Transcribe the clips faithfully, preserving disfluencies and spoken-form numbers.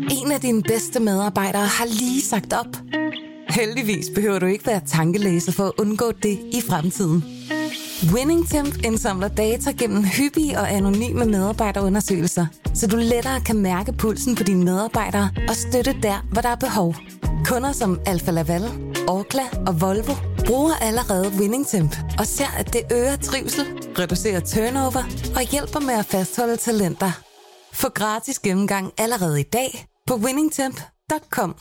En af dine bedste medarbejdere har lige sagt op. Heldigvis behøver du ikke være tankelæser for at undgå det i fremtiden. WinningTemp indsamler data gennem hyppige og anonyme medarbejderundersøgelser, så du lettere kan mærke pulsen på dine medarbejdere og støtte der, hvor der er behov. Kunder som Alfa Laval, Orkla og Volvo bruger allerede WinningTemp og ser, at det øger trivsel, reducerer turnover og hjælper med at fastholde talenter. Få gratis gennemgang allerede i dag på winningtemp punktum com.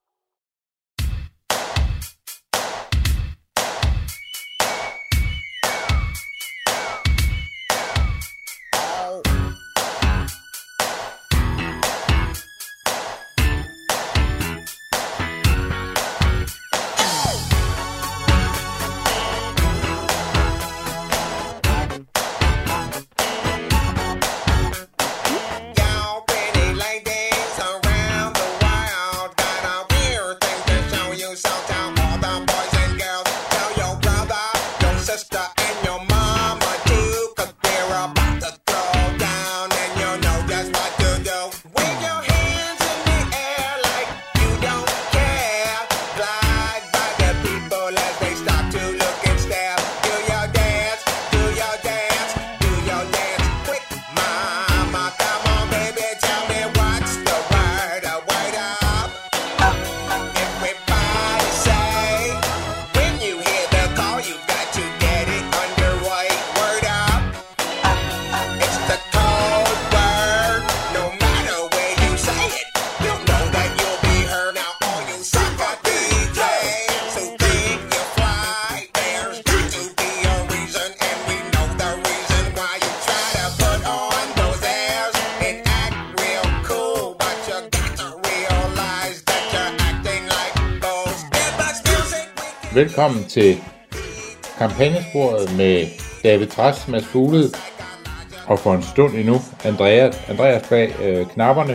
Velkommen til kampagnesporet med David Trads, Mads Fuglede og for en stund endnu Andreas, Andreas bag øh, knapperne.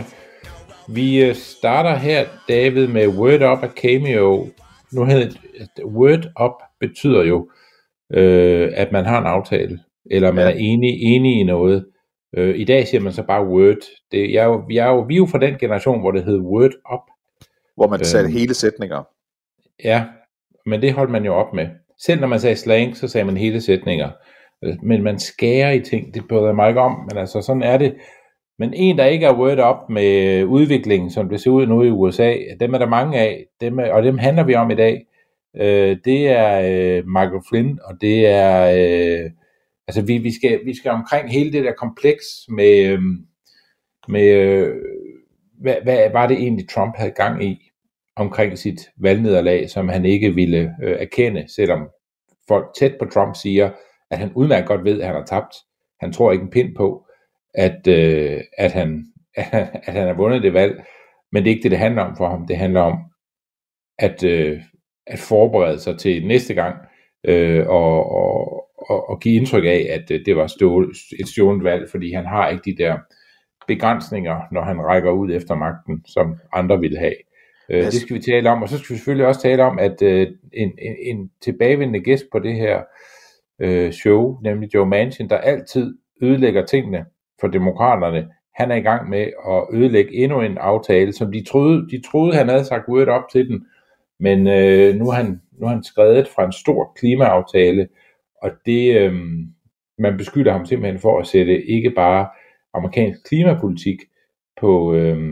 Vi øh, starter her, David, med Word Up af Cameo. Nu hedder det, Word Up betyder jo, øh, at man har en aftale, eller man ja. er enig, enig i noget. Øh, I dag siger man så bare Word. Det, jeg er jo, jeg er jo, vi er jo fra den generation, hvor det hed Word Up. Hvor man satte øh, hele sætninger. Ja, men det holdt man jo op med. Selv når man sagde slang, så sagde man hele sætninger. Men man skærer i ting, det bryder jeg mig ikke om, men altså sådan er det. Men en, der ikke er word up med udviklingen, som det ser ud nu i U S A, dem er der mange af, dem er, og dem handler vi om i dag. Øh, det er øh, Michael Flynn, og det er, øh, altså vi, vi, skal, vi skal omkring hele det der kompleks med, øh, med øh, hvad, hvad var det egentlig Trump havde gang i omkring sit valgnederlag, som han ikke ville øh, erkende, selvom folk tæt på Trump siger, at han udmærket godt ved, at han har tabt. Han tror ikke en pind på, at, øh, at, han, at han har vundet det valg, men det er ikke det, det handler om for ham. Det handler om at, øh, at forberede sig til næste gang, øh, og, og, og, og give indtryk af, at øh, det var stål, et stjålet valg, fordi han har ikke de der begrænsninger, når han rækker ud efter magten, som andre ville have. Øh, det skal vi tale om, og så skal vi selvfølgelig også tale om, at øh, en, en, en tilbagevendende gæst på det her øh, show, nemlig Joe Manchin, der altid ødelægger tingene for demokraterne, han er i gang med at ødelægge endnu en aftale, som de troede, de troede han havde sagt word op til den, men øh, nu, er han, nu er han skredet fra en stor klimaaftale, og det, øh, man beskylder ham simpelthen for at sætte ikke bare amerikansk klimapolitik på, øh,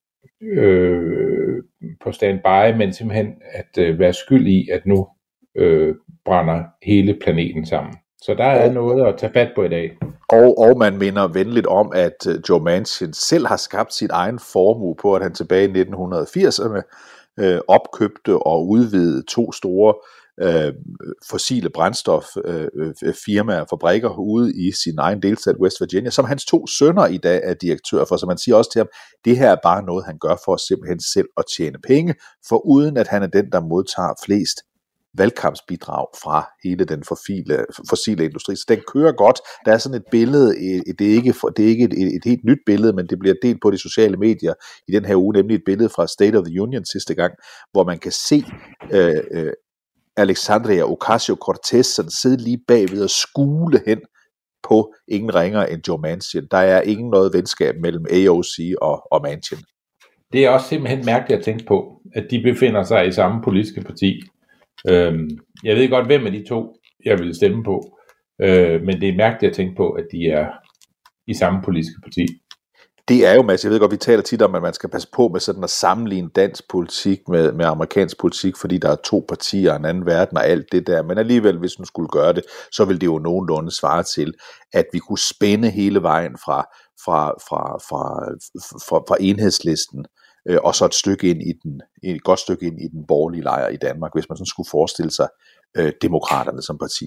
øh, på standby, men simpelthen at øh, være skyld i, at nu øh, brænder hele planeten sammen. Så der er og, noget at tage fat på i dag. Og, og man minder venligt om, at Joe Manchin selv har skabt sit egen formue på, at han tilbage i nitten firserne øh, opkøbte og udvidede to store øh, fossile brændstoffirmaer, øh, fabrikker ude i sin egen delstat West Virginia, som hans to sønner i dag er direktør for. Så man siger også til ham, det her er bare noget, han gør for simpelthen selv at tjene penge, for uden at han er den, der modtager flest valgkampsbidrag fra hele den fossile, fossile industri. Så den kører godt. Der er sådan et billede, det er ikke, det er ikke et, et, et helt nyt billede, men det bliver delt på de sociale medier i den her uge, nemlig et billede fra State of the Union sidste gang, hvor man kan se øh, øh, Alexandria Ocasio-Cortez sidde lige bagved og skule hen på ingen ringer end Joe Manchin. Der er ingen noget venskab mellem A O C og, og Manchin. det er også simpelthen mærkeligt at tænke på, at de befinder sig i samme politiske parti. Øhm, jeg ved godt, hvem af de to, jeg vil stemme på, øh, men det er mærkeligt at tænke på, at de er i samme politiske parti. Det er jo, Mads, jeg ved godt, vi taler tit om, at man skal passe på med sådan at sammenligne dansk politik med, med amerikansk politik, fordi der er to partier og en anden verden og alt det der. Men alligevel, hvis man skulle gøre det, så ville det jo nogenlunde svare til, at vi kunne spænde hele vejen fra, fra, fra, fra, fra, fra enhedslisten, øh, og så et stykke ind i den, et godt stykke ind i den borgerlige lejr i Danmark, hvis man sådan skulle forestille sig øh, demokraterne som parti.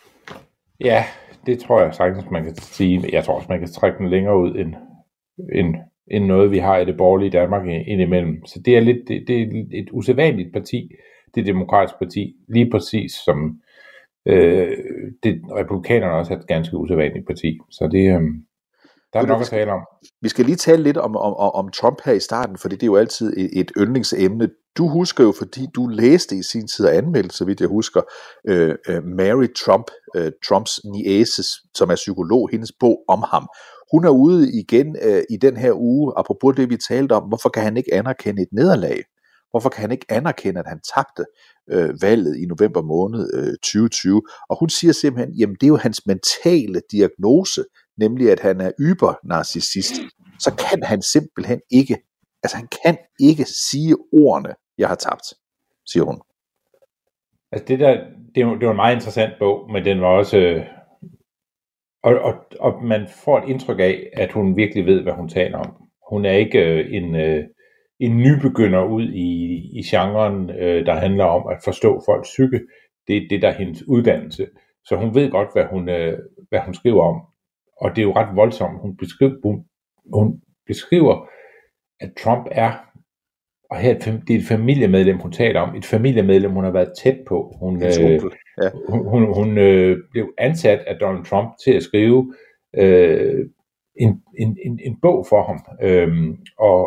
Ja, det tror jeg sagtens, man kan sige. Jeg tror også, man kan trække den længere ud end End, end noget, vi har i det borgerlige Danmark indimellem. Så det er lidt, det, det er et usædvanligt parti, det demokratiske parti, lige præcis som øh, det, republikanerne også er et ganske usædvanligt parti. Så det, øh, der er nok at tale om. Vi skal lige tale lidt om, om, om Trump her i starten, for det er jo altid et, et yndlingsemne. Du husker jo, fordi du læste i sin tid og anmeldte, så vidt jeg husker, øh, øh, Mary Trump, øh, Trumps niece, som er psykolog, hendes bog om ham. Hun er ude igen øh, i den her uge, apropos det vi talte om, hvorfor kan han ikke anerkende et nederlag? Hvorfor kan han ikke anerkende, at han tabte øh, valget i november måned øh, tyve tyve? Og hun siger simpelthen, jamen det er jo hans mentale diagnose, nemlig at han er yber-narcissist. Så kan han simpelthen ikke, altså han kan ikke sige ordene, jeg har tabt, siger hun. Altså det der, det var, det var en meget interessant bog, men den var også... Øh Og, og, og man får et indtryk af, at hun virkelig ved, hvad hun taler om. Hun er ikke øh, en, øh, en nybegynder ud i, i genren, øh, der handler om at forstå folks psyke. Det er det, der er hendes uddannelse. Så hun ved godt, hvad hun, øh, hvad hun skriver om. Og det er jo ret voldsomt. Hun beskriver, hun, hun beskriver at Trump er, og her det er et familiemedlem, hun taler om. Et familiemedlem, hun har været tæt på. Hun... Øh, Ja. Hun, hun, hun øh, blev ansat af Donald Trump til at skrive øh, en, en, en, en bog for ham, øh, og,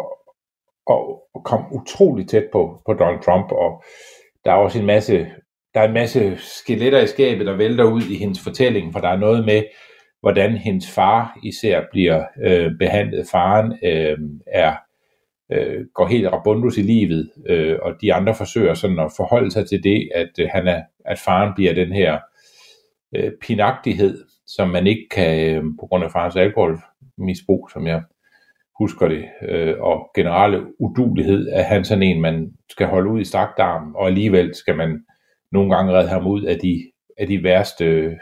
og, og kom utroligt tæt på, på Donald Trump, og der er også en masse, der er en masse skeletter i skabet, der vælter ud i hendes fortælling, for der er noget med, hvordan hendes far især bliver øh, behandlet. Faren øh, er øh, går helt rabundus i livet, øh, og de andre forsøger sådan at forholde sig til det, at øh, han er, at faren bliver den her øh, pinagtighed, som man ikke kan, øh, på grund af farens alkoholmisbrug, som jeg husker det, øh, og generelle udulighed, at han sådan en, man skal holde ud i strakt arm, og alligevel skal man nogle gange redde ham ud af de, af de værste, øh,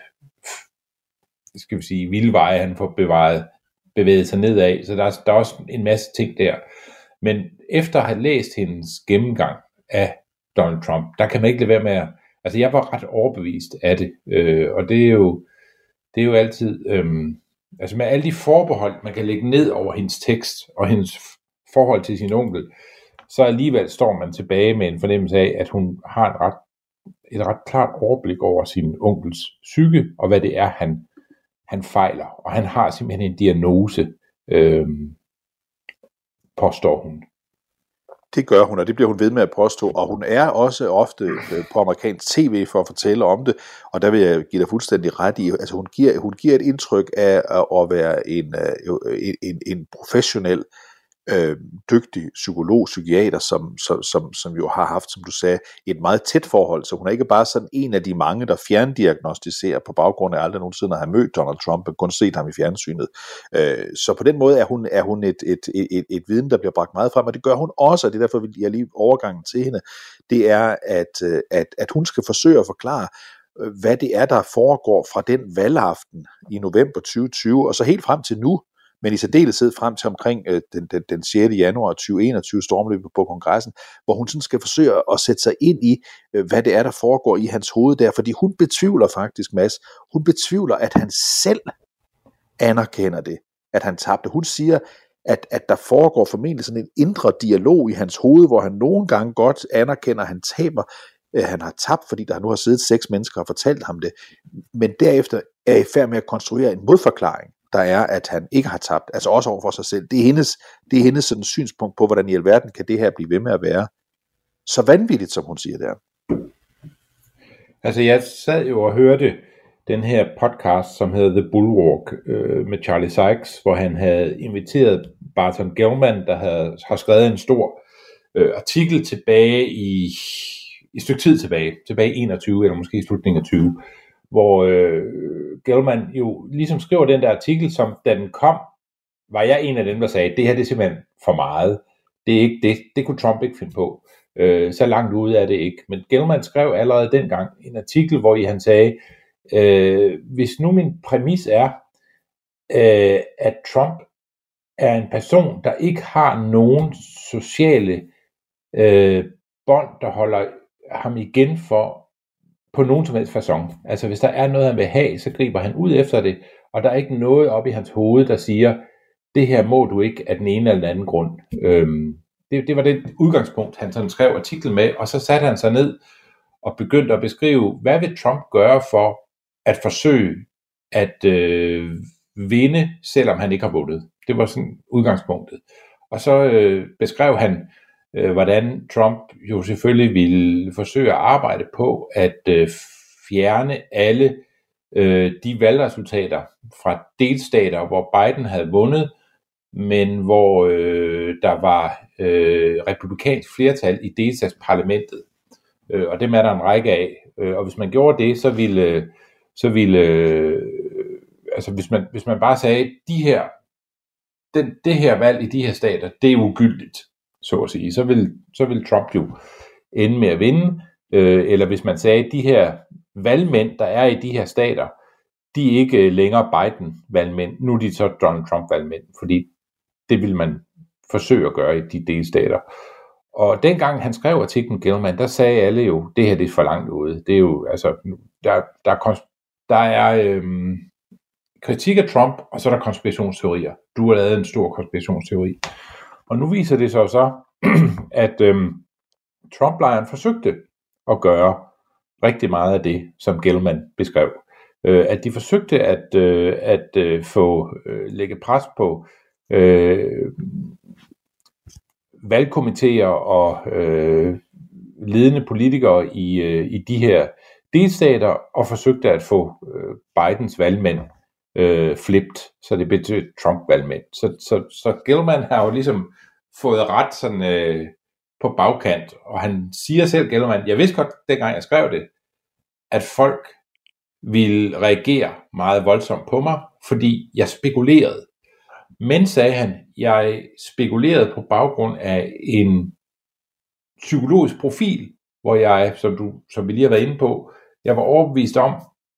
skal vi sige, vildveje, han får bevaret, bevæget sig nedad. Så der er, der er også en masse ting der. Men efter at have læst hendes gennemgang af Donald Trump, der kan man ikke lade være med at, altså jeg var ret overbevist af det, øh, og det er jo, det er jo altid, øh, altså med alle de forbehold, man kan lægge ned over hendes tekst, og hendes forhold til sin onkel, så alligevel står man tilbage med en fornemmelse af, at hun har et ret, et ret klart overblik over sin onkels psyke, og hvad det er, han, han fejler, og han har simpelthen en diagnose, øh, påstår hun. Det gør hun, og det bliver hun ved med at påstå, og hun er også ofte på amerikansk tv for at fortælle om det, og der vil jeg give dig fuldstændig ret i, altså hun giver, hun giver et indtryk af at være en, en, en, en professionel, øh, dygtig psykolog, psykiater, som, som, som, som jo har haft, som du sagde, et meget tæt forhold, så hun er ikke bare sådan en af de mange, der fjerndiagnostiserer på baggrund af aldrig nogensinde at have mødt Donald Trump, og kun set ham i fjernsynet. Øh, så på den måde er hun, er hun et, et, et, et, et viden, der bliver bragt meget frem, og det gør hun også, og det er derfor, vil jeg lige overgangen til hende, det er, at, at, at hun skal forsøge at forklare, hvad det er, der foregår fra den valgaften i november tyve tyve, og så helt frem til nu, men i særdeleshed frem til omkring øh, den, den, den sjette januar tyve enogtyve stormløbet på kongressen, hvor hun sådan skal forsøge at sætte sig ind i, øh, hvad det er, der foregår i hans hoved der, fordi hun betvivler faktisk, Mads, hun betvivler, at han selv anerkender det, at han tabte. Hun siger, at, at der foregår formentlig sådan en indre dialog i hans hoved, hvor han nogle gange godt anerkender, at han taber, øh, han har tabt, fordi der nu har siddet seks mennesker og fortalt ham det, men derefter er i færd med at konstruere en modforklaring, der er, at han ikke har tabt, altså også over for sig selv. Det er hendes, det er hendes sådan synspunkt på, hvordan i alverden kan det her blive ved med at være så vanvittigt, som hun siger der. Altså jeg sad jo og hørte den her podcast, som hedder The Bulwark, øh, med Charlie Sykes, hvor han havde inviteret Barton Gellman, der havde, har skrevet en stor øh, artikel tilbage i, i et stykke tid tilbage, tilbage i enogtyve, eller måske i slutningen af tyve, hvor øh, Gellman jo ligesom skriver den der artikel, som da den kom, var jeg en af dem, der sagde, det her det er simpelthen for meget. Det er ikke det, det kunne Trump ikke finde på. Øh, så langt ude er det ikke. Men Gellman skrev allerede dengang en artikel, hvor i han sagde, øh, hvis nu min præmis er, øh, at Trump er en person, der ikke har nogen sociale øh, bånd, der holder ham igen for på nogen som helst facon. Altså hvis der er noget, han vil have, så griber han ud efter det, og der er ikke noget op i hans hoved, der siger, det her må du ikke af den ene eller den anden grund. Øhm, det, det var det udgangspunkt, han sådan skrev artiklen med, og så satte han sig ned og begyndte at beskrive, hvad vil Trump gøre for at forsøge at øh, vinde, selvom han ikke har vundet. Det var sådan udgangspunktet. Og så øh, beskrev han, øh, hvordan Trump jo selvfølgelig ville forsøge at arbejde på at øh, fjerne alle øh, de valgresultater fra delstater, hvor Biden havde vundet, men hvor øh, der var øh, republikansk flertal i delstatsparlamentet. Øh, og dem er der en række af. Øh, og hvis man gjorde det, så ville, så ville øh, altså hvis man, hvis man bare sagde, de her, den, det her valg i de her stater, det er ugyldigt, så at sige, så vil, så vil Trump jo ende med at vinde. Øh, eller hvis man sagde, de her valgmænd, der er i de her stater, de er ikke længere Biden-valgmænd, nu er de så Donald Trump-valgmænd, fordi det vil man forsøge at gøre i de delstater. Og dengang han skrev artiklen Gellman, der sagde alle jo, det her det er for langt ude. Det er jo, altså, der, der, er, der er øhm, kritik af Trump, og så er der konspirationsteorier. Du har lavet en stor konspirationsteori. Og nu viser det sig så, at øhm, Trump-lejren forsøgte at gøre rigtig meget af det, som Gellman beskrev. Øh, at de forsøgte at, øh, at øh, få øh, lægge pres på øh, valgkomiteer og øh, ledende politikere i, øh, i de her delstater, og forsøgte at få øh, Bidens valgmænd øh, flippet, så det blev til Trump-valgmænd. Så, så, så Gellman har jo ligesom fået ret sådan, øh, på bagkant, og han siger selv, Gellman, jeg vidste godt, dengang jeg skrev det, at folk ville reagere meget voldsomt på mig, fordi jeg spekulerede. Men, sagde han, jeg spekulerede på baggrund af en psykologisk profil, hvor jeg, som, du, som vi lige har været inde på, jeg var overbevist om,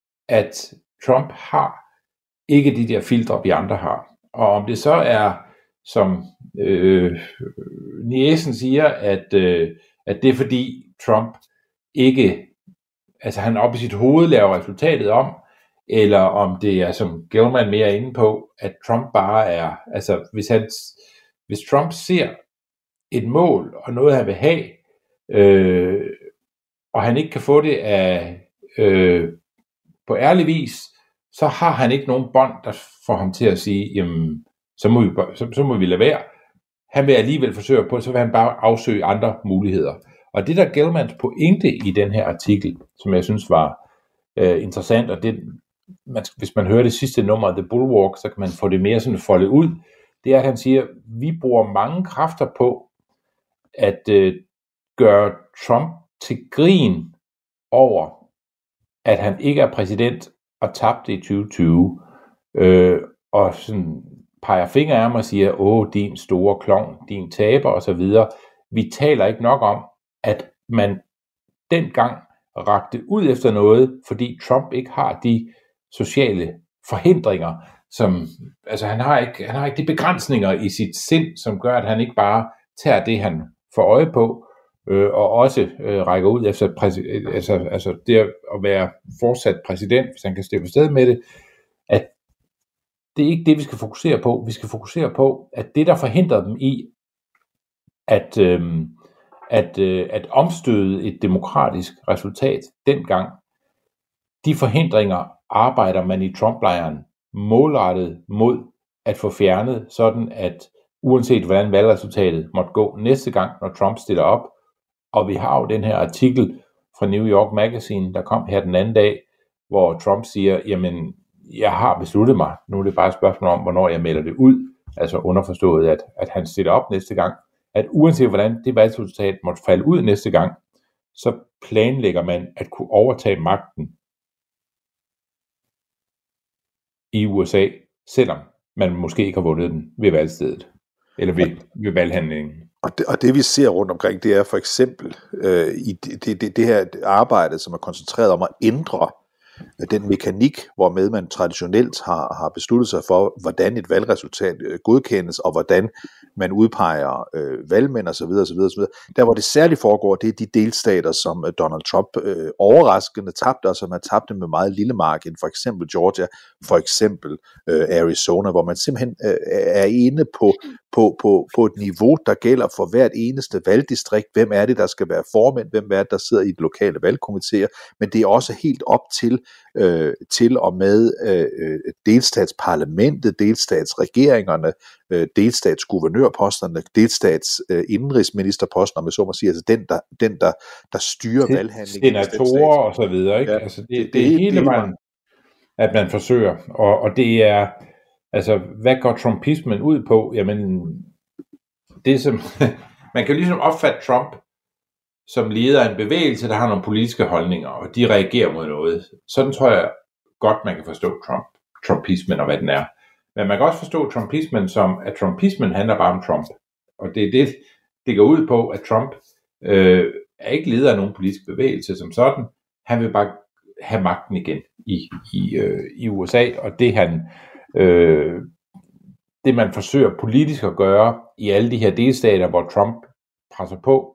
at Trump har ikke de der filtre, vi andre har. Og om det så er, som øh, Nielsen siger, at, øh, at det er fordi Trump ikke, altså han op i sit hoved laver resultatet om, eller om det er, som Gellman mere er inde på, at Trump bare er, altså hvis, han, hvis Trump ser et mål og noget han vil have, øh, og han ikke kan få det af, øh, på ærlig vis, så har han ikke nogen bånd, der får ham til at sige, jamen, så må vi, så, så må vi lade være. Han vil alligevel forsøge på, så vil han bare afsøge andre muligheder. Og det der Gellmans pointe i den her artikel, som jeg synes var øh, interessant, og det, man, hvis man hører det sidste nummer af The Bulwark, så kan man få det mere sådan foldet ud, det er, at han siger, vi bruger mange kræfter på at øh, gøre Trump til grin over, at han ikke er præsident og tabte i tyve tyve, øh, og sådan peger fingre af mig og siger, åh, din store klovn, din taber osv. Vi taler ikke nok om, at man dengang rakte ud efter noget, fordi Trump ikke har de sociale forhindringer, som, altså han har ikke, han har ikke de begrænsninger i sit sind, som gør, at han ikke bare tager det, han får øje på, øh, og også øh, rækker ud efter præs- altså, altså det at være fortsat præsident, hvis han kan slippe afsted med det, at det er ikke det, vi skal fokusere på. Vi skal fokusere på, at det, der forhindrer dem i at, øh, at, øh, at omstøde et demokratisk resultat dengang, de forhindringer arbejder man i Trump-lejren målrettet mod at få fjernet, sådan at uanset hvordan valgresultatet måtte gå næste gang, når Trump stiller op, og vi har jo den her artikel fra New York Magazine, der kom her den anden dag, hvor Trump siger, jamen, jeg har besluttet mig, nu er det bare et spørgsmål om, hvornår jeg melder det ud, Altså underforstået, at, at han stiller op næste gang, at uanset hvordan det valgresultat måtte falde ud næste gang, så planlægger man at kunne overtage magten i U S A, selvom man måske ikke har vundet den ved valgstedet, eller ved, ved valghandlingen. Og det, og det vi ser rundt omkring, det er for eksempel øh, i det, det, det her arbejde, som er koncentreret om at ændre den mekanik, hvormed man traditionelt har, har besluttet sig for, hvordan et valgresultat øh, godkendes, og hvordan man udpeger øh, valgmænd osv. osv., osv. Der hvor det særligt foregår, det er de delstater, som øh, Donald Trump øh, overraskende tabte, og som har tabt det med meget lille margin, for eksempel Georgia, for eksempel øh, Arizona, hvor man simpelthen øh, er inde på, på, på, på et niveau, der gælder for hvert eneste valgdistrikt. Hvem er det, der skal være formænd? Hvem er det, der sidder i de lokale valgkomitéer? Men det er også helt op til Øh, til og med øh, delstatsparlamentet, delstatsregeringerne, øh, delstatsguvernørposterne, delstats øh, indenrigsministerposter, med så må sige, altså den der, den der, der styrer Sen- valghandlingen. Senatorer og så videre, ikke? Ja, Altså det, det- det, det er det er helt hele vildt. vejen, at man forsøger, og, og det er, altså hvad går trumpismen ud på? Jamen, det som, man kan jo ligesom opfatte Trump som leder af en bevægelse, der har nogle politiske holdninger, og de reagerer mod noget. Sådan tror jeg godt, man kan forstå Trump, trumpismen og hvad den er. Men man kan også forstå trumpismen som, at trumpismen handler bare om Trump. Og det er det, det går ud på, at Trump øh, er ikke leder af nogen politisk bevægelse som sådan. Han vil bare have magten igen i, i, øh, i U S A, og det han, øh, det man forsøger politisk at gøre i alle de her delstater, hvor Trump presser på,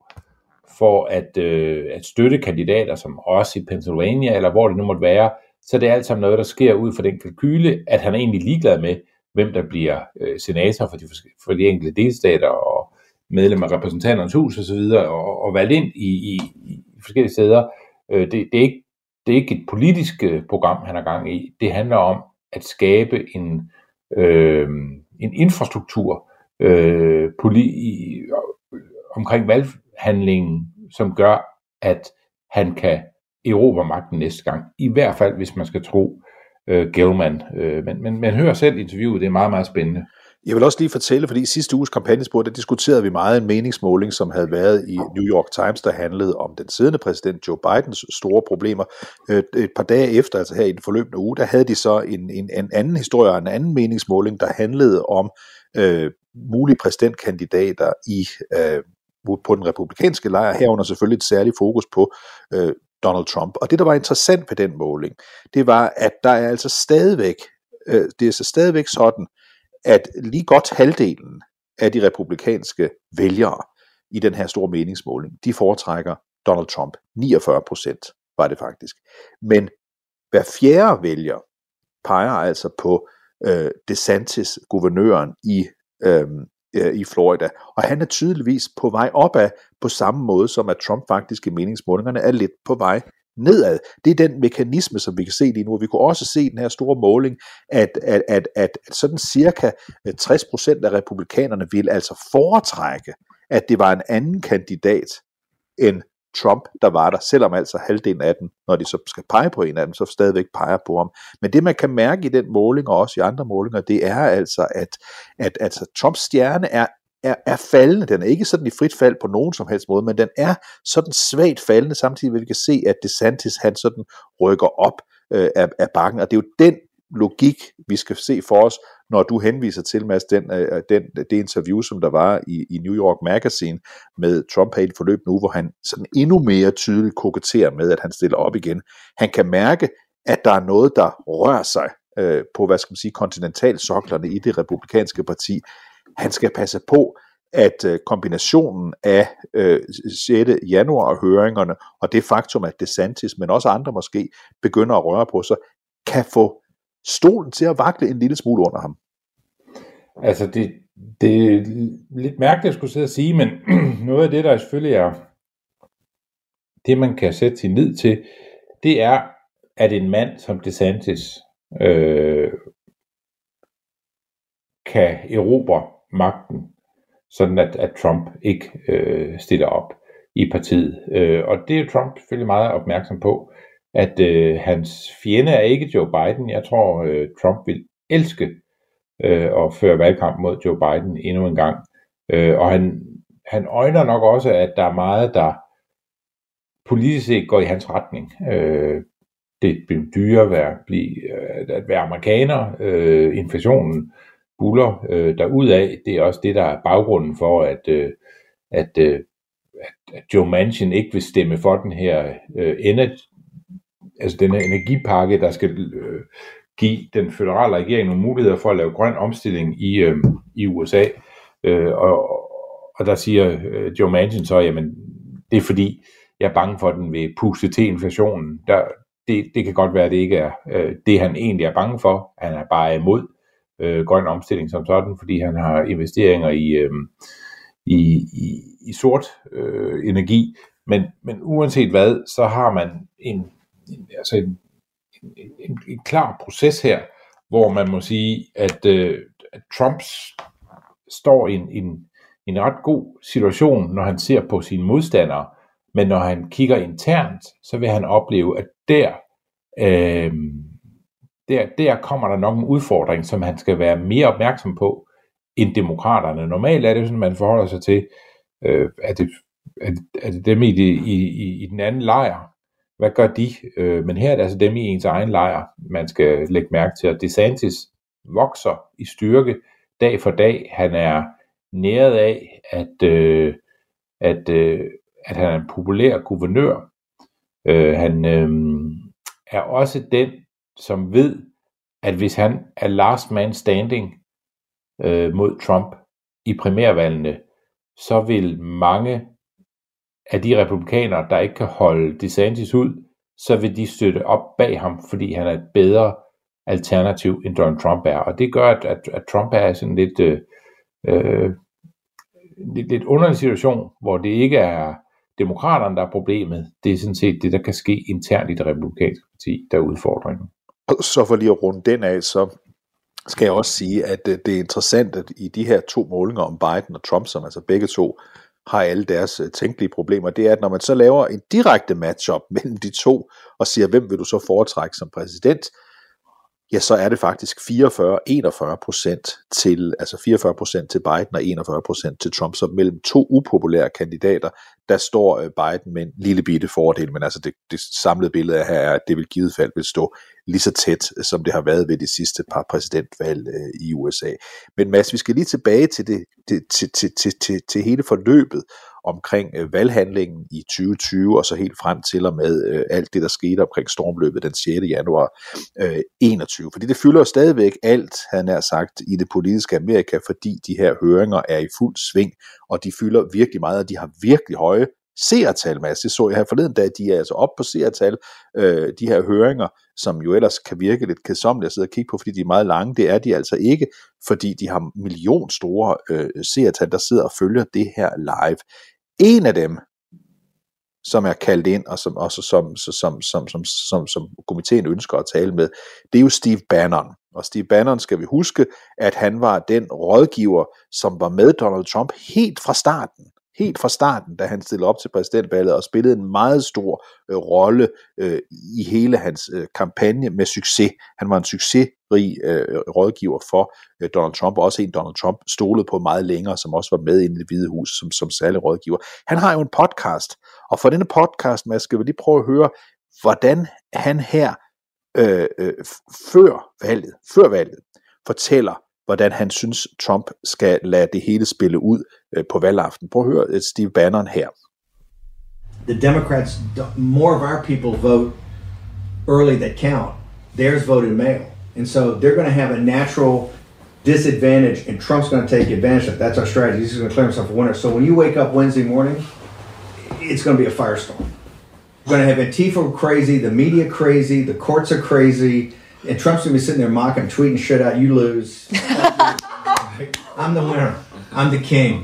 for at, øh, at støtte kandidater som Ross i Pennsylvania, eller hvor det nu måtte være, så det er alt sammen noget, der sker ud fra den kalkyle, at han er egentlig ligeglad med, hvem der bliver øh, senator for de, for de enkelte delstater, og medlem af repræsentanternes hus osv., og, og valgt ind i, i, i forskellige steder. Øh, det, det, er ikke, det er ikke et politisk program, han har gang i. Det handler om at skabe en, øh, en infrastruktur øh, poli, omkring valg handlingen, som gør, at han kan erobre magten næste gang. I hvert fald, hvis man skal tro øh, Gelman. Øh, men, men man hører selv interviewet, det er meget, meget spændende. Jeg vil også lige fortælle, fordi i sidste uges kampagnespor, der diskuterede vi meget en meningsmåling, som havde været i New York Times, der handlede om den siddende præsident Joe Bidens store problemer. Et par dage efter, altså her i den forløbende uge, der havde de så en, en, en anden historie og en anden meningsmåling, der handlede om øh, mulige præsidentkandidater i øh, på den republikanske lejr, herunder selvfølgelig et særligt fokus på øh, Donald Trump. Og det, der var interessant ved den måling, det var, at der er altså stadigvæk, øh, det er altså stadigvæk sådan, at lige godt halvdelen af de republikanske vælgere i den her store meningsmåling, de foretrækker Donald Trump. niogfyrre procent var det faktisk. Men hver fjerde vælger peger altså på øh, DeSantis, guvernøren i øh, i Florida, og han er tydeligvis på vej opad på samme måde, som at Trump faktisk i meningsmålingerne er lidt på vej nedad. Det er den mekanisme, som vi kan se lige nu, og vi kunne også se i den her store måling, at, at, at, at sådan cirka tres procent af republikanerne vil altså foretrække, at det var en anden kandidat end Trump, der var der, selvom altså halvdelen af dem, når de så skal pege på en af dem, så stadigvæk peger på ham. Men det man kan mærke i den måling, og også i andre målinger, det er altså, at, at altså, Trumps stjerne er, er, er faldende. Den er ikke sådan i frit fald på nogen som helst måde, men den er sådan svagt faldende, samtidig med, at vi kan se, at DeSantis, han sådan rykker op øh, af, af bakken, og det er jo den logik, vi skal se for os, når du henviser til, Mads, den, den, det interview, som der var i, i New York Magazine med Trump her i forløb nu, hvor han sådan endnu mere tydeligt koketterer med, at han stiller op igen. Han kan mærke, at der er noget, der rører sig øh, på, hvad skal man sige, kontinentalsoklerne i det republikanske parti. Han skal passe på, at øh, kombinationen af øh, sjette januar høringerne og det faktum, at DeSantis, men også andre måske, begynder at røre på sig, kan få stolen til at vakle en lille smule under ham. Altså, det, det er lidt mærkeligt at skulle sidde og sige, men noget af det, der selvfølgelig er, det man kan sætte sin nid til, det er, at en mand som DeSantis øh, kan erobre magten, sådan at, at Trump ikke øh, stiller op i partiet. Øh, og det er Trump selvfølgelig meget opmærksom på, at øh, hans fjende er ikke Joe Biden. Jeg tror, øh, Trump vil elske øh, og føre valgkamp mod Joe Biden endnu en gang. Øh, og han, han øjner nok også, at der er meget, der politisk set går i hans retning. Øh, det bliver dyrere at være, blive, at være amerikaner. Øh, inflationen buller øh, derudad. Det er også det, der er baggrunden for, at, øh, at, øh, at Joe Manchin ikke vil stemme for den her øh, energi, altså den her energipakke, der skal øh, give den føderale regering nogle muligheder for at lave grøn omstilling i, øh, i U S A. Øh, og, og der siger øh, Joe Manchin så, jamen det er fordi, jeg er bange for, at den vil puste til inflationen. Der, det, det kan godt være, at det ikke er øh, det, han egentlig er bange for. Han er bare imod øh, grøn omstilling som sådan, fordi han har investeringer i, øh, i, i, i sort øh, energi. Men, men uanset hvad, så har man en, en, altså en, en, en, en klar proces her, hvor man må sige, at, øh, at Trump står i en, en, en ret god situation, når han ser på sine modstandere. Men når han kigger internt, så vil han opleve, at der, øh, der, der kommer der nok en udfordring, som han skal være mere opmærksom på, end demokraterne. Normalt er det sådan, man forholder sig til, øh, at, det, at, at det dem i, det, i, i, i den anden lejr. Hvad gør de? Øh, men her er det altså dem i ens egen lejr, man skal lægge mærke til. Og DeSantis vokser i styrke dag for dag. Han er næret af, at, øh, at øh, at han er en populær guvernør. Øh, han øh, er også den, som ved, at hvis han er last man standing øh, mod Trump i primærvalgene, så vil mange af de republikanere, der ikke kan holde DeSantis ud, så vil de støtte op bag ham, fordi han er et bedre alternativ, end Donald Trump er. Og det gør, at, at, at Trump er sådan lidt, øh, øh, lidt, lidt underlig situation, hvor det ikke er demokraterne, der er problemet. Det er sådan set det, der kan ske internt i det republikanske parti, der er udfordringen. Så for lige at runde den af, så skal jeg også sige, at det er interessant, at i de her to målinger om Biden og Trump, som altså begge to har alle deres tænkelige problemer, det er, at når man så laver en direkte matchup mellem de to, og siger, hvem vil du så foretrække som præsident, ja, så er det faktisk fireogfyrre til enogfyrre procent til, altså fireogfyrre procent til Biden og enogfyrre procent til Trump, så mellem to upopulære kandidater, der står Biden med en lille bitte fordel, men altså det, det samlede billede her er, at det vil i givet fald vil stå lige så tæt, som det har været ved de sidste par præsidentvalg øh, i U S A. Men Mads, vi skal lige tilbage til, det, det, til, til, til, til, til hele forløbet omkring øh, valghandlingen i tyve tyve, og så helt frem til og med øh, alt det, der skete omkring stormløbet den sjette januar øh, enogtyve. Fordi det fylder stadigvæk alt, han har sagt, i det politiske Amerika, fordi de her høringer er i fuld sving, og de fylder virkelig meget, og de har virkelig høje seertal, Mads. Det så jeg her forleden dag, de er altså oppe på seertal, øh, de her høringer, som jo ellers kan virke lidt kedsommeligt at sidde og kigge på, fordi de er meget lange. Det er de altså ikke, fordi de har million store øh, seertal, der sidder og følger det her live. En af dem, som er kaldt ind, og som også som, som, som, som, som, som komiteen ønsker at tale med, det er jo Steve Bannon. Og Steve Bannon skal vi huske, at han var den rådgiver, som var med Donald Trump helt fra starten. Helt fra starten, da han stillede op til præsidentvalget og spillede en meget stor øh, rolle øh, i hele hans øh, kampagne med succes. Han var en succesrig øh, rådgiver for øh, Donald Trump, og også en Donald Trump stolede på meget længere, som også var med i Det Hvide Hus som, som særlig rådgiver. Han har jo en podcast, og for denne podcast, man skal vi lige prøve at høre, hvordan han her øh, øh, før valget, før valget fortæller, hvordan han synes, Trump skal lade det hele spille ud øh, på valgaften. Prøv at høre Steve Bannon her. The Democrats, more of our people vote early that count. Theirs voted mail. And so they're going to have a natural disadvantage, and Trump's going to take advantage of it. That's our strategy. He's going to declare himself a winner. So when you wake up Wednesday morning, it's going to be a firestorm. You're going to have Antifa crazy, the media crazy, the courts are crazy, and Trump's going to be sitting there mocking, tweeting shit out, you lose. I'm the winner. I'm the king.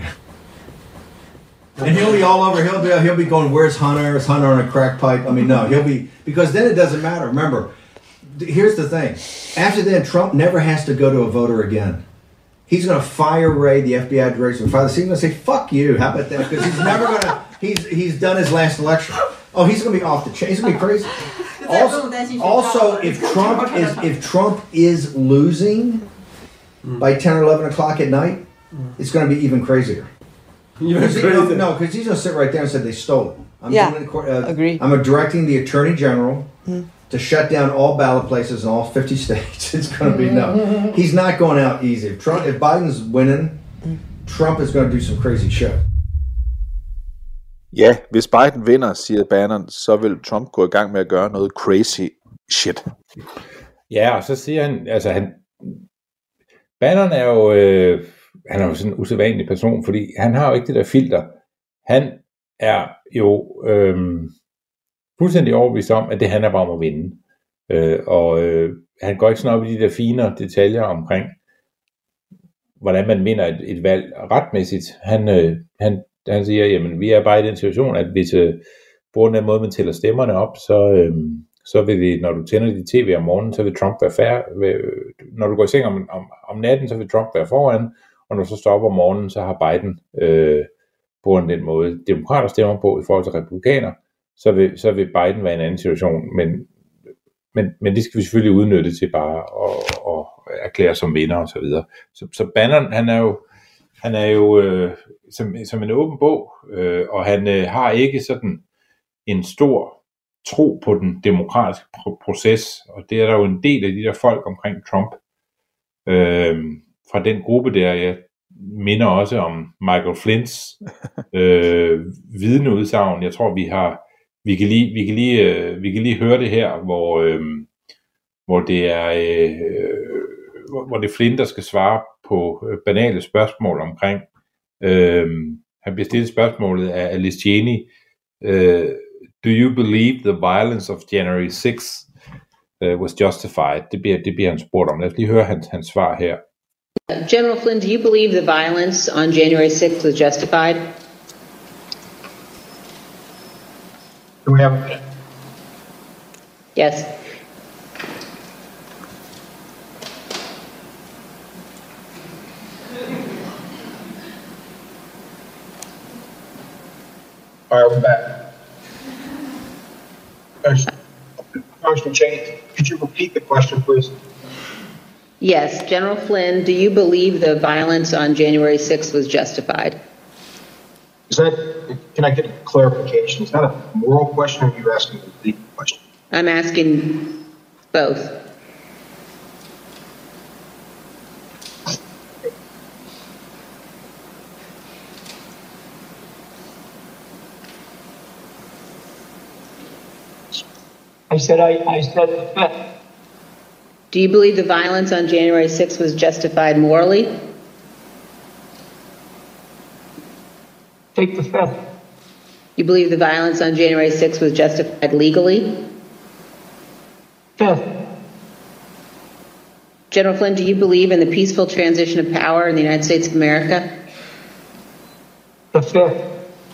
And he'll be all over, he'll be, he'll be going, where's Hunter? Is Hunter on a crack pipe? I mean, no, he'll be, because then it doesn't matter. Remember, here's the thing. After then, Trump never has to go to a voter again. He's going to fire Ray, the F B I director, fire the He's going to say, fuck you. How about that? Because he's never going to, he's, he's done his last election. Oh, he's going to be off the chain. He's going to be crazy. Also, also, if Trump is if Trump is losing, mm. by ten or eleven o'clock at night, mm. it's going to be even crazier. Even crazier? He, no, because he's going to sit right there and say they stole it. I'm yeah, doing the, uh, agree. I'm directing the Attorney General mm. to shut down all ballot places in all fifty states. It's going to be no. He's not going out easy. If, Trump, if Biden's winning, mm. Trump is going to do some crazy shit. Ja, hvis Biden vinder, siger Bannon, så vil Trump gå i gang med at gøre noget crazy shit. Ja, og så siger han, altså han, Bannon er jo, øh, han er jo sådan en usædvanlig person, fordi han har jo ikke det der filter. Han er jo øh, fuldstændig overbevist om, at det handler bare om at vinde. Øh, og øh, han går ikke sådan op i de der fine detaljer omkring, hvordan man vinder et, et valg retmæssigt. Han, øh, han Han siger, jamen vi er bare i den situation, at hvis øh, på den måde, man tæller stemmerne op, så, øh, så vil det, når du tænder dit tv om morgenen, så vil Trump være færre. Når du går i seng om, om, om natten, så vil Trump være foran, og når du så stopper om morgenen, så har Biden øh, på den måde, demokrater stemmer på i forhold til republikaner, så vil, så vil Biden være i en anden situation, men, men, men det skal vi selvfølgelig udnytte til bare at, at erklære som vinder og så videre. Så, så Bannon, han er jo Han er jo øh, som, som en åben bog, øh, og han øh, har ikke sådan en stor tro på den demokratiske pro- proces, og det er der jo en del af de der folk omkring Trump, øh, fra den gruppe der. Jeg minder også om Michael Flints øh, vidneudsagn. Jeg tror, vi har, vi kan lige, vi kan lige, øh, vi kan lige høre det her, hvor, øh, hvor det er, øh, hvor det er Flint, der skal svare på banale spørgsmål omkring. Øh, han bliver stillet spørgsmålet af Liz Cheney. Øh, Do you believe the violence of January sixth uh, was justified? Det bliver, det bliver han spurgt om. Lad os lige høre hans, hans svar her. General Flynn, do you believe the violence on January sixth was justified? Do we have a minute? Yes. All right, we're back. Congressman Cheney, could you repeat the question, please? Yes, General Flynn, do you believe the violence on January sixth was justified? Is that, can I get a clarification? Is that a moral question, or are you asking a legal question? I'm asking both. I said I, I said the fifth. Do you believe the violence on January sixth was justified morally? Take the fifth. You believe the violence on January sixth was justified legally? Fifth. General Flynn, do you believe in the peaceful transition of power in the United States of America? The fifth.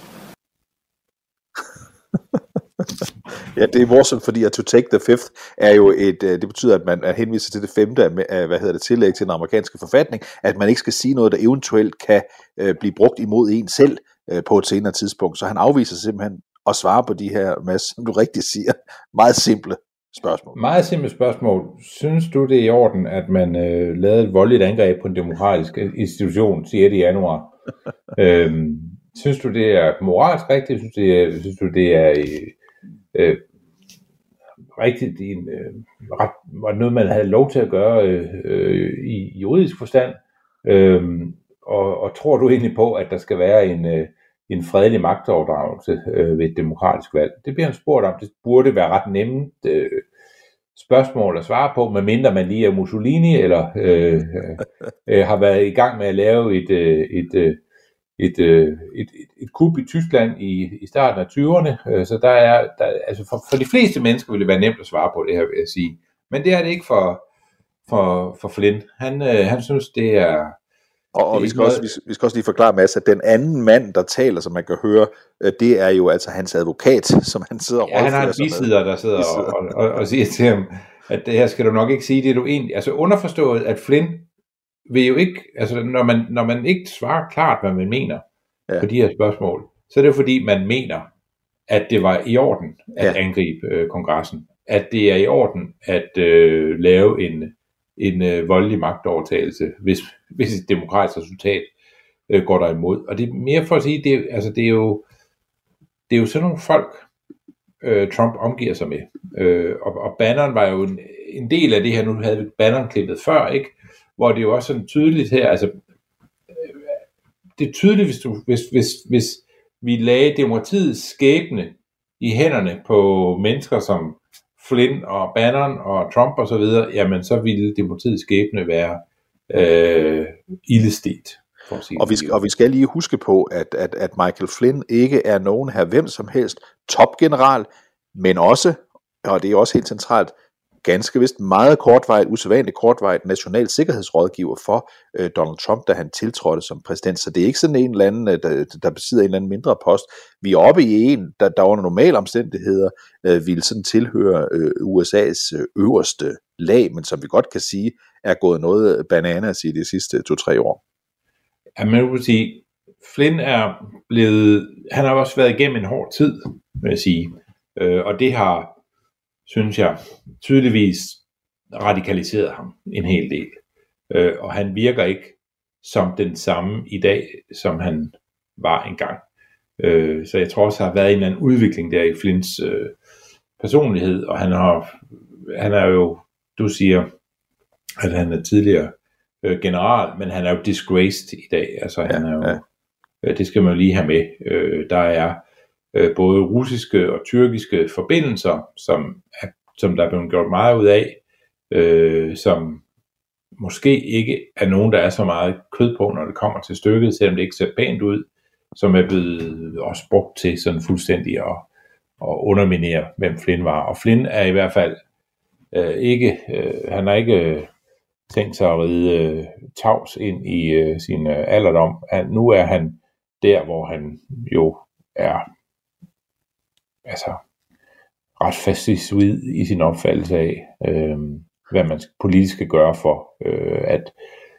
Ja, det er morsomt, fordi at to take the fifth er jo et, det betyder, at man henviser til det femte af, hvad hedder det, tillæg til den amerikanske forfatning, at man ikke skal sige noget, der eventuelt kan øh, blive brugt imod en selv øh, på et senere tidspunkt. Så han afviser simpelthen at svare på de her, Mads, som du rigtig siger, meget simple spørgsmål. Meget simple spørgsmål. Synes du, det er i orden, at man øh, lavede et voldeligt angreb på en demokratisk institution sjette januar? øhm, synes du, det er moralsk rigtigt? Synes, det er, synes du, det er øh, rigtigt i en, øh, ret, var noget, man havde lov til at gøre øh, øh, i juridisk forstand? Øh, og, og tror du egentlig på, at der skal være en, øh, en fredelig magtoverdragelse øh, ved et demokratisk valg? Det bliver han spurgt om. Det burde være ret nemt øh, spørgsmål at svare på, medmindre man lige er Mussolini, eller øh, øh, har været i gang med at lave et, øh, et, øh, et, øh, et, et, et kup i Tyskland i, i starten af tyverne. Øh, så der er, der, altså for, for de fleste mennesker vil det være nemt at svare på det her, vil jeg sige. Men det er det ikke for, for, for Flynn. Han, øh, han synes, det er... Og, og vi, skal også, vi, vi skal også lige forklare, Mads, at den anden mand, der taler, som man kan høre, det er jo altså hans advokat, som han sidder og ja, han har en bisidder, der sidder og, og, og, og siger til ham, at det her skal du nok ikke sige, det er du egentlig... Altså underforstået, at Flynn vil jo ikke... Altså når man, når man ikke svarer klart, hvad man mener ja. på de her spørgsmål, så er det jo fordi, man mener, at det var i orden at ja. angribe øh, kongressen. At det er i orden at øh, lave en, en øh, voldelig magtovertagelse, hvis, hvis et demokratisk resultat øh, går der imod. Og det er mere for at sige, det, altså, det, er, jo, det er jo sådan nogle folk, øh, Trump omgiver sig med. Øh, og, og Bannon var jo en, en del af det her, nu havde vi Bannon-klippet før, ikke? Hvor det jo også sådan tydeligt her, altså det er tydeligt, hvis, du, hvis, hvis, hvis vi lagde demokratiets skæbne i hænderne på mennesker som Flynn og Bannon og Trump og så videre, jamen så ville demokratiets skæbne være øh, ildestet. Og vi, skal, og vi skal lige huske på, at, at, at Michael Flynn ikke er nogen her hvem som helst topgeneral, men også, og det er også helt centralt, ganske vist meget kortvarigt, usædvanligt kortvarigt national sikkerhedsrådgiver for øh, Donald Trump, da han tiltrådte som præsident. Så det er ikke sådan en eller anden, der, der besidder en eller anden mindre post. Vi er oppe i en, der, der under normale omstændigheder øh, ville sådan tilhøre øh, U S A's øh, øverste lag, men som vi godt kan sige, er gået noget bananas i de sidste to-tre år. Ja, man vil sige, Flynn er blevet, han har også været igennem en hård tid, vil jeg sige, øh, og det har, synes jeg, tydeligvis radikaliseret ham en hel del. Øh, og han virker ikke som den samme i dag, som han var engang. Øh, så jeg tror også, der har været en eller anden udvikling der i Flynns øh, personlighed, og han har, han er jo, du siger, at han er tidligere øh, general, men han er jo disgraced i dag. Altså, han er jo, ja, ja. øh, det skal man jo lige have med. Øh, der er øh, både russiske og tyrkiske forbindelser, som er som der er blevet gjort meget ud af, øh, som måske ikke er nogen, der er så meget kød på, når det kommer til stykket, selvom det ikke ser pænt ud, som er blevet også brugt til sådan fuldstændig at, at underminere, hvem Flynn var. Og Flynn er i hvert fald øh, ikke, øh, han har ikke øh, tænkt sig at ride øh, tavs ind i øh, sin øh, alderdom. Han, nu er han der, hvor han jo er, altså, ret fascistoid i sin opfattelse af, øh, hvad man politisk skal gøre for øh, at,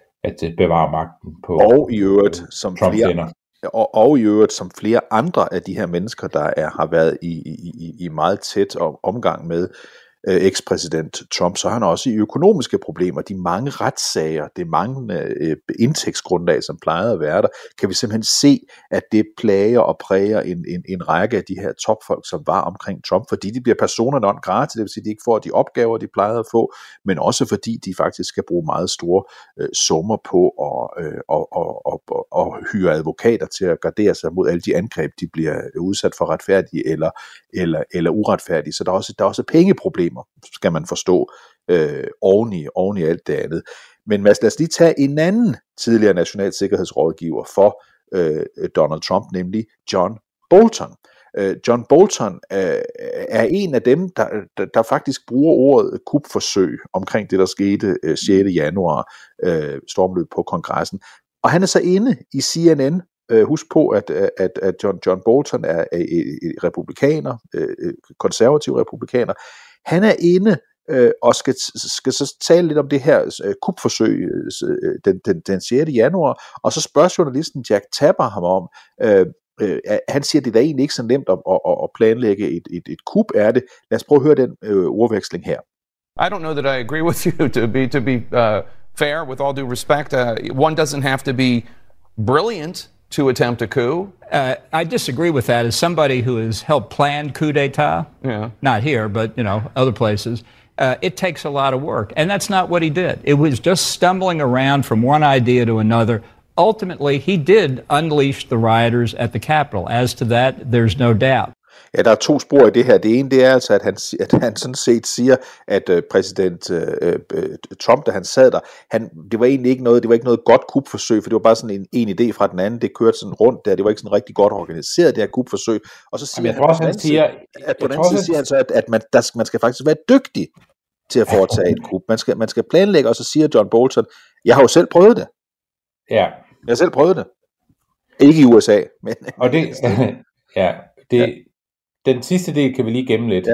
at bevare magten på. Og i øvrigt, som flere, og, og i øvrigt, som flere andre af de her mennesker, der er, har været i, i, i meget tæt omgang med øh, ekspræsident Trump, så har han også i økonomiske problemer. De mange retssager, det mange øh, indtægtsgrundlag, som plejede at være der, kan vi simpelthen se, at det plager og præger en, en, en række af de her topfolk, som var omkring Trump, fordi de bliver personer non grata, det vil sige, at de ikke får de opgaver, de plejede at få, men også fordi de faktisk skal bruge meget store øh, summer på at øh, og, og, og, og, og hyre advokater til at gardere sig mod alle de angreb, de bliver udsat for retfærdige eller, eller, eller uretfærdige. Så der er også, der er også pengeproblemer, skal man forstå, øh, oven, i, oven i alt det andet. Men lad os lige tage en anden tidligere national sikkerhedsrådgiver for øh, Donald Trump, nemlig John Bolton. Øh, John Bolton øh, er en af dem, der, der, der faktisk bruger ordet kupforsøg omkring det, der skete øh, sjette januar, øh, stormløb på kongressen. Og han er så inde i C N N. Øh, husk på, at, at, at John, John Bolton er, er, er republikaner, øh, konservativ republikaner. Han er inde øh, og skal, skal så tale lidt om det her øh, kupforsøg øh, den, den, den sjette januar, og så spørger journalisten Jack Tapper ham om, øh, øh, han siger, at det er da egentlig ikke så nemt at, at, at planlægge et, et, et kup, er det. Lad os prøve at høre den øh, ordveksling her. I don't know that I agree with you, to be, to be uh, fair, with all due respect. Uh, one doesn't have to be brilliant to attempt a coup. Uh, I disagree with that. As somebody who has helped plan coup d'etat, yeah. not here, but you know, other places, uh, it takes a lot of work, and that's not what he did. It was just stumbling around from one idea to another. Ultimately, he did unleash the rioters at the Capitol. As to that, there's no doubt. Ja, der er to spor i det her. Det ene, det er altså, at han, at han sådan set siger, at uh, præsident uh, uh, Trump, da han sad der, han, det var egentlig ikke noget, det var ikke noget godt kupforsøg, for det var bare sådan en, en idé fra den anden, det kørte sådan rundt der, det var ikke sådan rigtig godt organiseret, det her kupforsøg, og så siger han, han, han siger, at på den anden side siger han så, at, at man, der, man skal faktisk være dygtig til at foretage et kup. Man skal, man skal planlægge, og så siger John Bolton, jeg har jo selv prøvet det. Ja. Jeg har selv prøvet det. Ikke i U S A, men... Og det, ja, det... Ja. Den sidste del kan vi lige gemme lidt. Ja.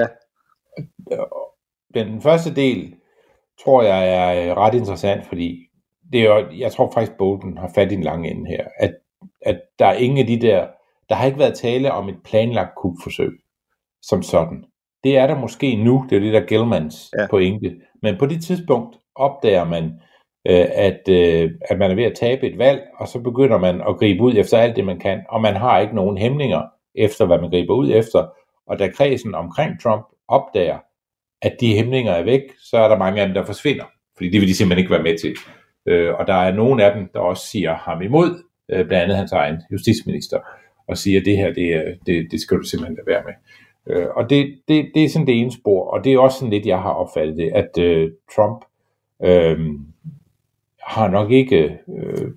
Den første del tror jeg er ret interessant, fordi det er jo, jeg tror faktisk Bolton har fat i en lang ende her, at, at der er ingen af de der, der har ikke været tale om et planlagt kupforsøg som sådan. Det er der måske nu, det er det der Gilmans ja. pointe, men på det tidspunkt, opdager man, øh, at, øh, at man er ved at tabe et valg, og så begynder man at gribe ud efter alt det, man kan, og man har ikke nogen hæmninger efter, hvad man griber ud efter. Og da kredsen omkring Trump opdager, at de hæmninger er væk, så er der mange af dem, der forsvinder, fordi det vil de simpelthen ikke være med til. Øh, og der er nogle af dem, der også siger ham imod, øh, blandt andet hans egen justitsminister, og siger, at det her, det, det, det skal du simpelthen lade være med. Øh, og det, det, det er sådan det ene spor, og det er også sådan lidt, jeg har opfattet det, at øh, Trump øh, har nok ikke øh,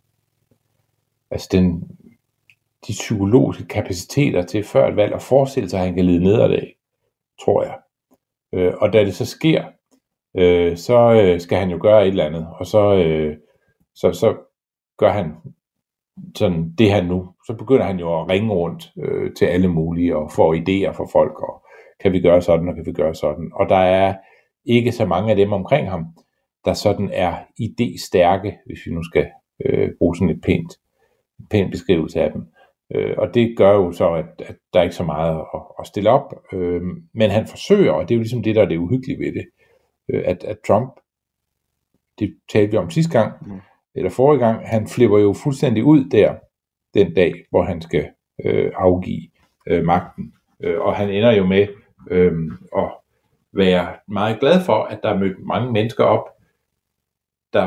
altså den, de psykologiske kapaciteter til før et valg at forestille sig, at han kan lide nedad, tror jeg. Øh, og da det så sker, øh, så øh, skal han jo gøre et eller andet, og så, øh, så, så gør han sådan det han nu, så begynder han jo at ringe rundt øh, til alle mulige og få idéer fra folk, og kan vi gøre sådan, og kan vi gøre sådan. Og der er ikke så mange af dem omkring ham, der sådan er idéstærke, hvis vi nu skal øh, bruge sådan et pænt, pænt beskrivelse af dem. Øh, og det gør jo så, at, at der er ikke så meget at, at stille op. Øh, men han forsøger, og det er jo ligesom det, der er det uhyggelige ved det, øh, at, at Trump, det talte vi om sidste gang, mm. eller forrige gang, han flipper jo fuldstændig ud der, den dag, hvor han skal øh, afgive øh, magten. Øh, og han ender jo med øh, at være meget glad for, at der er mødt mange mennesker op, der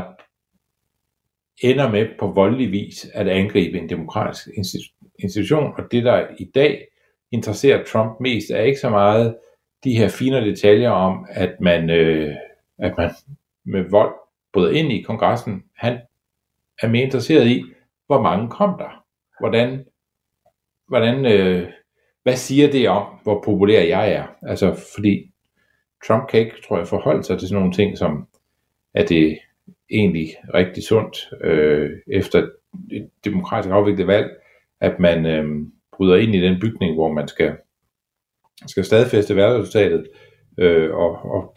ender med på voldelig vis at angribe en demokratisk institution. Og det, der i dag interesserer Trump mest, er ikke så meget de her fine detaljer om, at man, øh, at man med vold bryder ind i kongressen. Han er mere interesseret i, hvor mange kom der. Hvordan, hvordan øh, hvad siger det om, hvor populær jeg er? Altså, fordi Trump kan ikke, tror jeg, forholde sig til sådan nogle ting, som er det egentlig rigtig sundt øh, efter et demokratisk afviklet valg, at man øh, bryder ind i den bygning, hvor man skal, skal stadfæste valgresultatet øh, og, og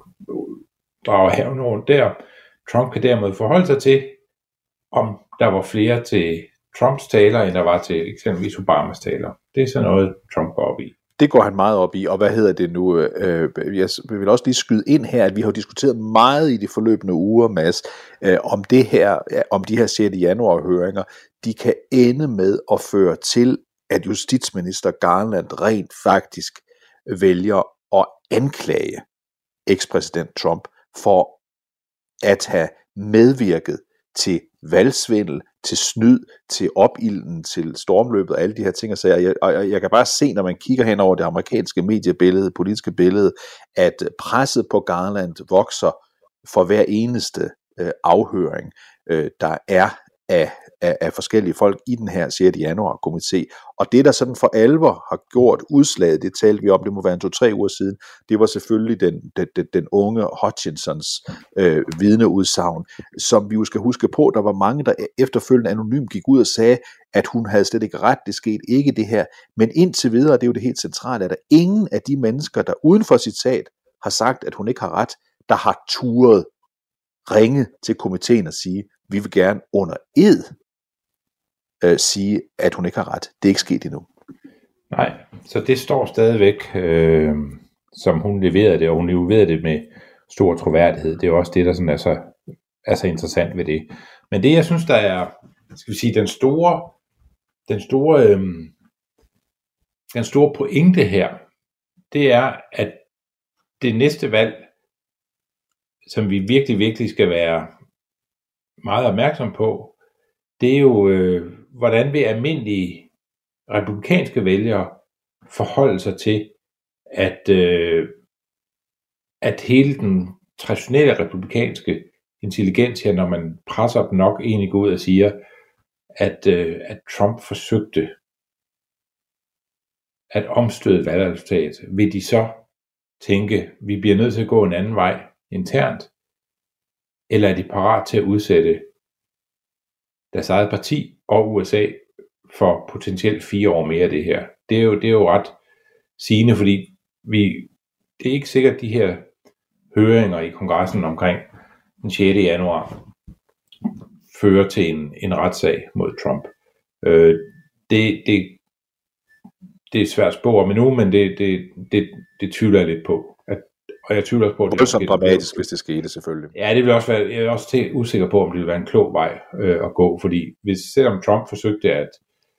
drager haven rundt der. Trump kan dermed forholde sig til, om der var flere til Trumps taler, end der var til eksempelvis Obamas taler. Det er sådan noget, Trump går op i. Det går han meget op i, og hvad hedder det nu? Øh, jeg vil også lige skyde ind her, at vi har diskuteret meget i de forløbende uger, Mads, øh, om det her, om de her sjette januar-høringer, de kan ende med at føre til, at justitsminister Garland rent faktisk vælger at anklage ekspræsident Trump for at have medvirket til valgsvindel, til snyd, til opilden, til stormløbet og alle de her ting. Og jeg, og jeg kan bare se, når man kigger hen over det amerikanske mediebillede, politiske billede, at presset på Garland vokser for hver eneste øh, afhøring, øh, der er af, af, af forskellige folk i den her sjette januar komité. Og det, der sådan for alvor har gjort udslaget, det talte vi om, det må være en to-tre uger siden, det var selvfølgelig den, den, den, den unge Hutchinsons øh, vidneudsagn, som vi jo skal huske på, der var mange, der efterfølgende anonymt gik ud og sagde, at hun havde slet ikke ret, det skete ikke det her. Men indtil videre, det er jo det helt centrale, at der ingen af de mennesker, der uden for citat har sagt, at hun ikke har ret, der har turet ringe til komiteen og sige, vi vil gerne under ed øh, sige, at hun ikke har ret. Det er ikke sket endnu. Nej, så det står stadigvæk, øh, som hun leverede det, og hun leverede det med stor troværdighed. Det er også det, der sådan er, så, er så interessant ved det. Men det, jeg synes, der er, skal vi sige, den store, den store, øh, den store pointe her, det er, at det næste valg, som vi virkelig, virkelig skal være meget opmærksom på, det er jo, øh, hvordan vil almindelige republikanske vælgere forholde sig til, at, øh, at hele den traditionelle republikanske intelligens her, når man presser dem nok, egentlig går ud og siger, at, øh, at Trump forsøgte at omstøde valgresultatet, vil de så tænke, vi bliver nødt til at gå en anden vej internt, eller er de parat til at udsætte deres eget parti og U S A for potentielt fire år mere af det her? Det er jo, det er jo ret sigende, fordi vi, det er ikke sikkert, at de her høringer i kongressen omkring den sjette januar fører til en, en retssag mod Trump. Øh, det, det, det er svært at spå om endnu, men det, det, det, det tvivler jeg lidt på. At og jeg tvivler også på, at det er så dramatisk, hvis det skete, selvfølgelig. Ja, det vil også være, jeg er også til, usikker på, om det vil være en klog vej øh, at gå, fordi hvis, selvom Trump forsøgte at,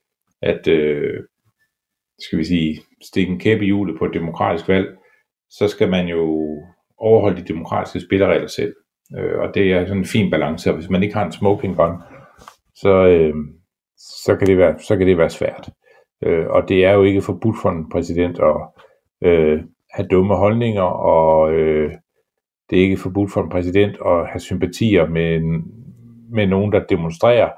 at øh, skal vi sige, stikke en kæppe i hjulet på et demokratisk valg, så skal man jo overholde de demokratiske spilleregler selv. Øh, og det er sådan en fin balance, og hvis man ikke har en smoking gun, så, øh, så, kan, det være, så kan det være svært. Øh, og det er jo ikke forbudt for en præsident at øh, have dumme holdninger, og øh, det er ikke forbudt for en præsident at have sympatier med, med nogen, der demonstrerer,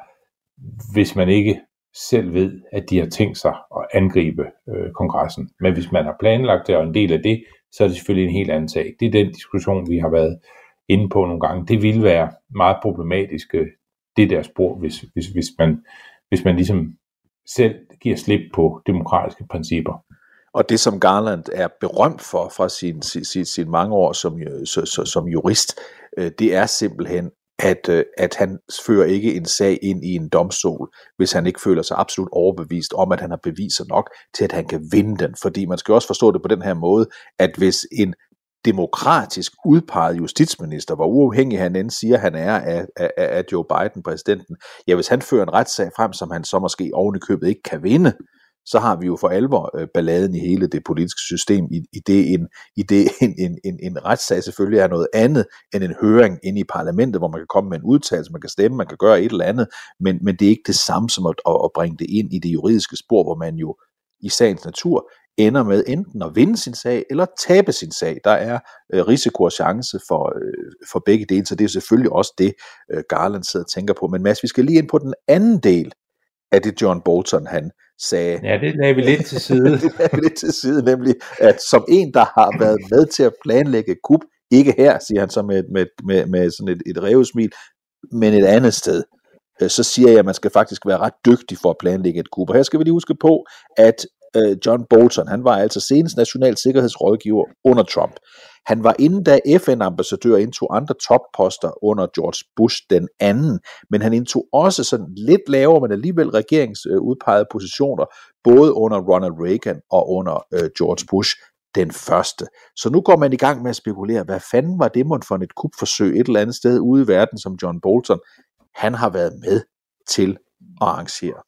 hvis man ikke selv ved, at de har tænkt sig at angribe øh, kongressen. Men hvis man har planlagt det, og en del af det, så er det selvfølgelig en helt anden sag. Det er den diskussion, vi har været inde på nogle gange. Det ville være meget problematisk, det der spor, hvis, hvis, hvis, man, hvis man ligesom selv giver slip på demokratiske principper. Og det, som Garland er berømt for fra sin, sin, sin mange år som, som, som jurist, det er simpelthen, at, at han fører ikke en sag ind i en domstol, hvis han ikke føler sig absolut overbevist om, at han har beviser nok til, at han kan vinde den. Fordi man skal også forstå det på den her måde, at hvis en demokratisk udpeget justitsminister, hvor uafhængig han end siger, han er af, af, af Joe Biden, præsidenten, ja, hvis han fører en retssag frem, som han så måske oven i købet ikke kan vinde, så har vi jo for alvor øh, balladen i hele det politiske system, i, i det, en, i det en, en, en, en retssag selvfølgelig er noget andet end en høring inde i parlamentet, hvor man kan komme med en udtalelse, man kan stemme, man kan gøre et eller andet, men, men det er ikke det samme som at, at bringe det ind i det juridiske spor, hvor man jo i sagens natur ender med enten at vinde sin sag, eller tabe sin sag. Der er øh, risiko og chance for, øh, for begge dele, så det er selvfølgelig også det, øh, Garland sidder og tænker på. Men Mads, vi skal lige ind på den anden del af det, John Bolton han sagde. Ja, det lader vi lidt til side. det lader vi lidt til side, nemlig at som en, der har været med til at planlægge kup, ikke her, siger han så med, med, med, med sådan et, et revsmil, men et andet sted, så siger jeg, at man skal faktisk være ret dygtig for at planlægge et kup. Og her skal vi lige huske på, at John Bolton, han var altså senest national sikkerhedsrådgiver under Trump. Han var inden da F N-ambassadør og indtog andre topposter under George Bush den anden, men han indtog også sådan lidt lavere, men alligevel regeringsudpegede positioner, både under Ronald Reagan og under uh, George Bush den første. Så nu går man i gang med at spekulere, hvad fanden var det måtte for et kupforsøg et eller andet sted ude i verden, som John Bolton, han har været med til at arrangere.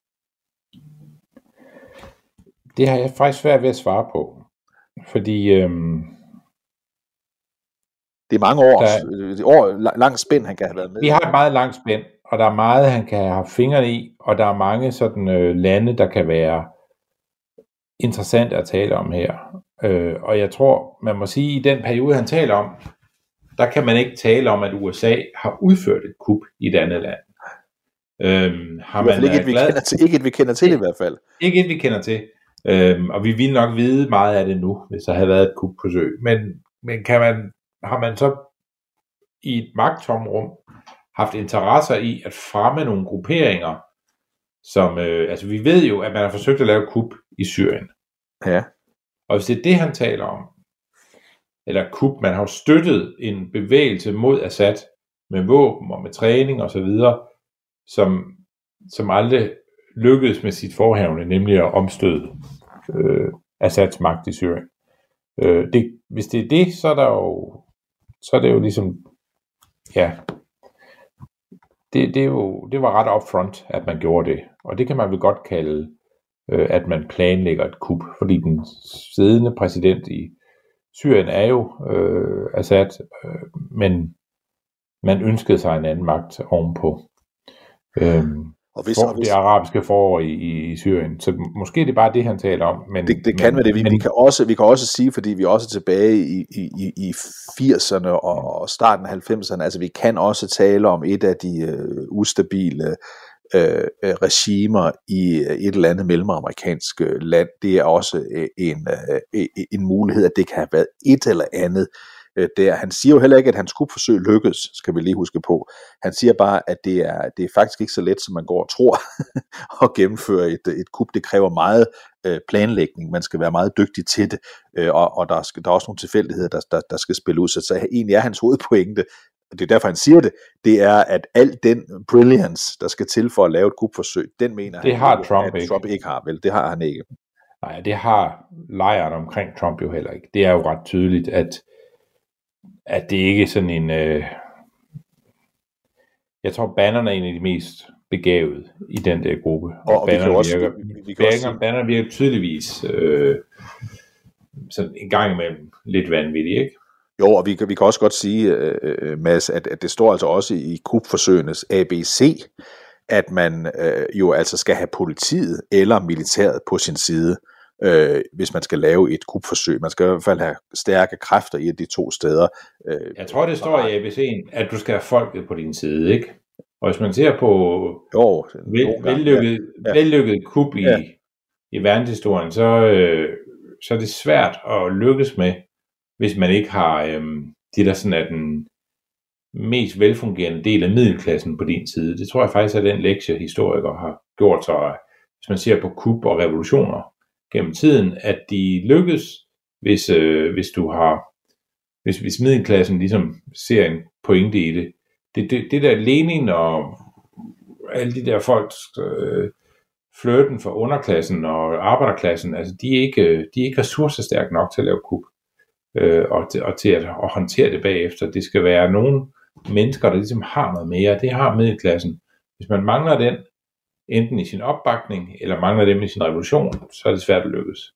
Det har jeg faktisk svært ved at svare på, fordi øhm, det er mange år, der, år langt spænd, han kan have været med. Vi har et meget langt spænd, og der er meget, han kan have fingrene i, og der er mange sådan øh, lande, der kan være interessante at tale om her. Øh, og jeg tror, man må sige, at i den periode, han taler om, der kan man ikke tale om, at U S A har udført et kup i et andet land. Øhm, har man ikke, et, vi kender til, ikke et, vi kender til i hvert fald. Ikke et, vi kender til. Øhm, og vi vil nok vide meget af det nu, hvis der havde været et kupforsøg. Men, men kan man, har man så i et magttomrum haft interesser i at fremme nogle grupperinger, som, øh, altså vi ved jo, at man har forsøgt at lave kup i Syrien. Ja. Og hvis det er det, han taler om, eller kup, man har jo støttet en bevægelse mod Assad med våben og med træning og så videre, som, som aldrig lykkedes med sit forhævne, nemlig at omstøde øh, Assads magt i Syrien. Øh, det, hvis det er det, så er der jo, så er det jo ligesom, ja, det, det, er jo, det var ret upfront, at man gjorde det, og det kan man vel godt kalde, øh, at man planlægger et kup, fordi den siddende præsident i Syrien er jo øh, Assad, øh, men man ønskede sig en anden magt ovenpå. Øh, Og hvis, for, og hvis, det arabiske forår i, i, i Syrien. Så måske det er bare det, han taler om. Men, det, det kan men, det. Vi, men, vi, kan også, vi kan også sige, fordi vi er også tilbage i, i, i firserne og, og starten af halvfemserne, altså vi kan også tale om et af de øh, ustabile øh, regimer i et eller andet mellemamerikansk land. Det er også øh, en, øh, en mulighed, at det kan have været et eller andet der. Han siger jo heller ikke, at hans kupforsøg lykkes, skal vi lige huske på. Han siger bare, at det er, det er faktisk ikke så let, som man går og tror at gennemføre et, et kup. Det kræver meget øh, planlægning. Man skal være meget dygtig til det, øh, og, og der, skal, der er også nogle tilfældigheder, der, der, der skal spille ud. Så, så egentlig er hans hovedpointe, og det er derfor, han siger det, det er, at al den brilliance, der skal til for at lave et kupforsøg, den mener det han, har at, Trump, at ikke. Trump ikke har. Vel, det har han ikke. Nej, det har lejren omkring Trump jo heller ikke. Det er jo ret tydeligt, at at det ikke er sådan en... Øh, jeg tror, Bannon er en af de mest begavede i den der gruppe. Og, og vi kan også... Virker, vi, vi kan også Bannon virker tydeligvis øh, sådan en gang imellem lidt vanvittig, ikke? Jo, og vi kan, vi kan også godt sige, øh, Mads, at, at det står altså også i kupforsøgenes A B C, at man øh, jo altså skal have politiet eller militæret på sin side, øh, hvis man skal lave et kupforsøg. Man skal i hvert fald have stærke kræfter i de to steder. Øh, Jeg tror, det står i A B C'en, at du skal have folket på din side, ikke? Og hvis man ser på jo, vel, vellykket, ja. vellykket kup i, ja. i verdenshistorien, så, øh, så er det svært at lykkes med, hvis man ikke har øh, de der sådan er den mest velfungerende del af middelklassen på din side. Det tror jeg faktisk er den lektie, historikere har gjort sig, hvis man ser på kup og revolutioner gennem tiden, at de lykkes, hvis, øh, hvis du har, hvis, hvis middelklassen ligesom ser en pointe i det. Det, det, det der Lenin og alle de der folk, øh, flirten for underklassen og arbejderklassen, altså de er ikke, de er ikke ressourcestærke nok til at lave kup. Øh, og, til, og til at og håndtere det bagefter. Det skal være nogle mennesker, der ligesom har noget mere. Det har middelklassen. Hvis man mangler den, enten i sin opbakning, eller mangler dem i sin revolution, så er det svært at lykkes.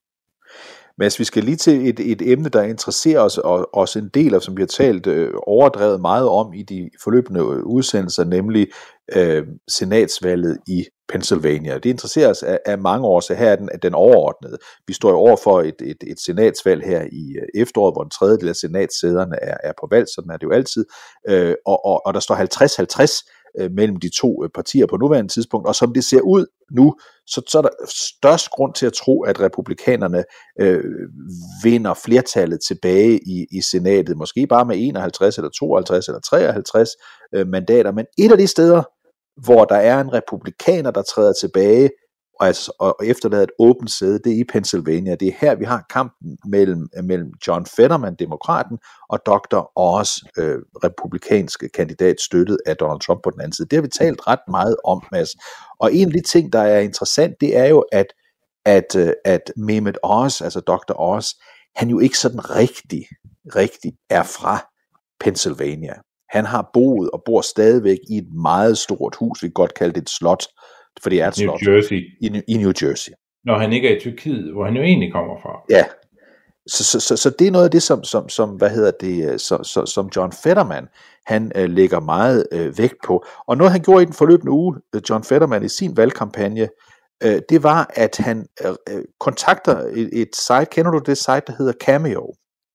Men vi skal lige til et, et emne, der interesserer os, og også en del af, som vi har talt øh, overdrevet meget om i de forløbende udsendelser, nemlig øh, senatsvalget i Pennsylvania. Det interesserer os af, af mange år, så her er den, den overordnede. Vi står jo over for et, et, et senatsvalg her i efteråret, hvor en tredjedel af senatssæderne er, er på valg, sådan er det jo altid, øh, og, og, og der står halvtreds halvtreds mellem de to partier på nuværende tidspunkt, og som det ser ud nu, så, så er der størst grund til at tro, at republikanerne øh, vinder flertallet tilbage i, i senatet, måske bare med enoghalvtreds eller tooghalvtreds eller treoghalvtreds øh, mandater, men et af de steder, hvor der er en republikaner, der træder tilbage, og, altså, og efterlader et åbent sæde, det er i Pennsylvania. Det er her, vi har kampen mellem, mellem John Fetterman, demokraten, og doktor Oz, øh, republikanske kandidat, støttet af Donald Trump på den anden side. Det har vi talt ret meget om, Mads. Og en af de ting, der er interessant, det er jo, at, at, at Mehmet Oz, altså doktor Oz, han jo ikke sådan rigtig, rigtig er fra Pennsylvania. Han har boet og bor stadigvæk i et meget stort hus, vi kan godt kalde det et slot, for det er et New slot Jersey. I, i New Jersey. Når han ikke er i Tyrkiet, hvor han jo egentlig kommer fra. Ja, så, så, så, så det er noget af det, som, som, som hvad hedder det, så, så, som John Fetterman, han øh, lægger meget øh, vægt på. Og noget han gjorde i den forløbende uge, John Fetterman i sin valgkampagne, øh, det var, at han øh, kontakter et, et site, kender du det site, der hedder Cameo?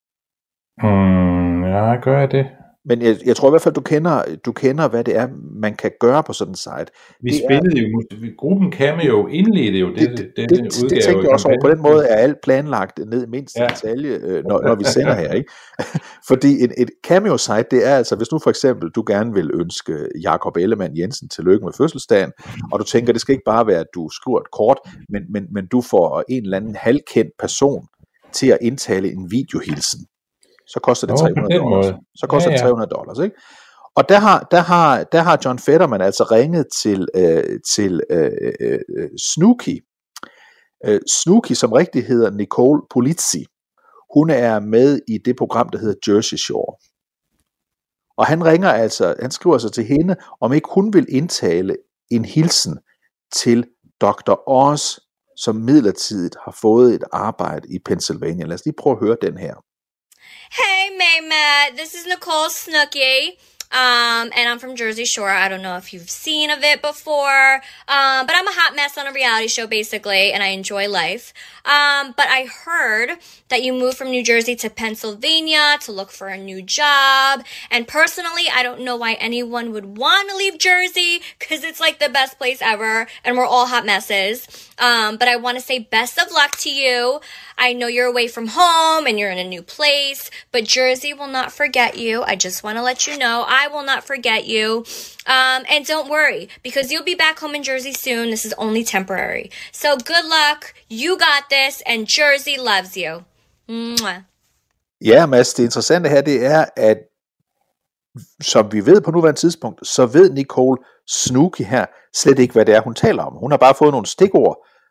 Hmm, ja, gør jeg det? Men jeg, jeg tror i hvert fald, du kender, du kender, hvad det er, man kan gøre på sådan en site. Vi det spillede er, jo, gruppen Cameo indledte jo det, det, det, det, denne det, udgave. det tænkte jeg også over. På den måde er alt planlagt ned i mindst Ja. detalje, øh, når, når vi sender her. Ikke? Fordi et, et Cameo-site, det er altså, hvis nu for eksempel, du gerne vil ønske Jakob Ellemann Jensen tillykke med fødselsdagen, og du tænker, det skal ikke bare være, at du skriver et kort, men, men, men du får en eller anden halvkendt person til at indtale en videohilsen. Så koster det Nå, tre hundrede dollars. Så koster Ja, ja. det tre hundrede dollars, ikke? Og der har, der har, der har John Fetterman altså ringet til, øh, til øh, øh, Snooki. Øh, Snooki, som rigtig hedder Nicole Polizzi. Hun er med i det program, der hedder Jersey Shore. Og han ringer altså, han skriver sig til hende, om ikke hun vil indtale en hilsen til doktor Oz, som midlertidigt har fået et arbejde i Pennsylvania. Lad os lige prøve at høre den her. Hey, Mehmet, this is Nicole Snooki, um, and I'm from Jersey Shore. I don't know if you've seen of it before, um, but I'm a hot mess on a reality show, basically, and I enjoy life. Um, but I heard that you moved from New Jersey to Pennsylvania to look for a new job, and personally, I don't know why anyone would want to leave Jersey, because it's like the best place ever, and we're all hot messes. Um, but I want to say best of luck to you. I know you're away from home and you're in a new place, but Jersey will not forget you. I just want to let you know I will not forget you. Um, and don't worry, because you'll be back home in Jersey soon. This is only temporary. So good luck. You got this, and Jersey loves you. Mwah. Ja, Mads, det interessante her, det er, at som vi ved på nuværende tidspunkt, så ved Nicole Snooki her slet ikke, hvad det er, hun taler om. Hun har bare fået nogle stikord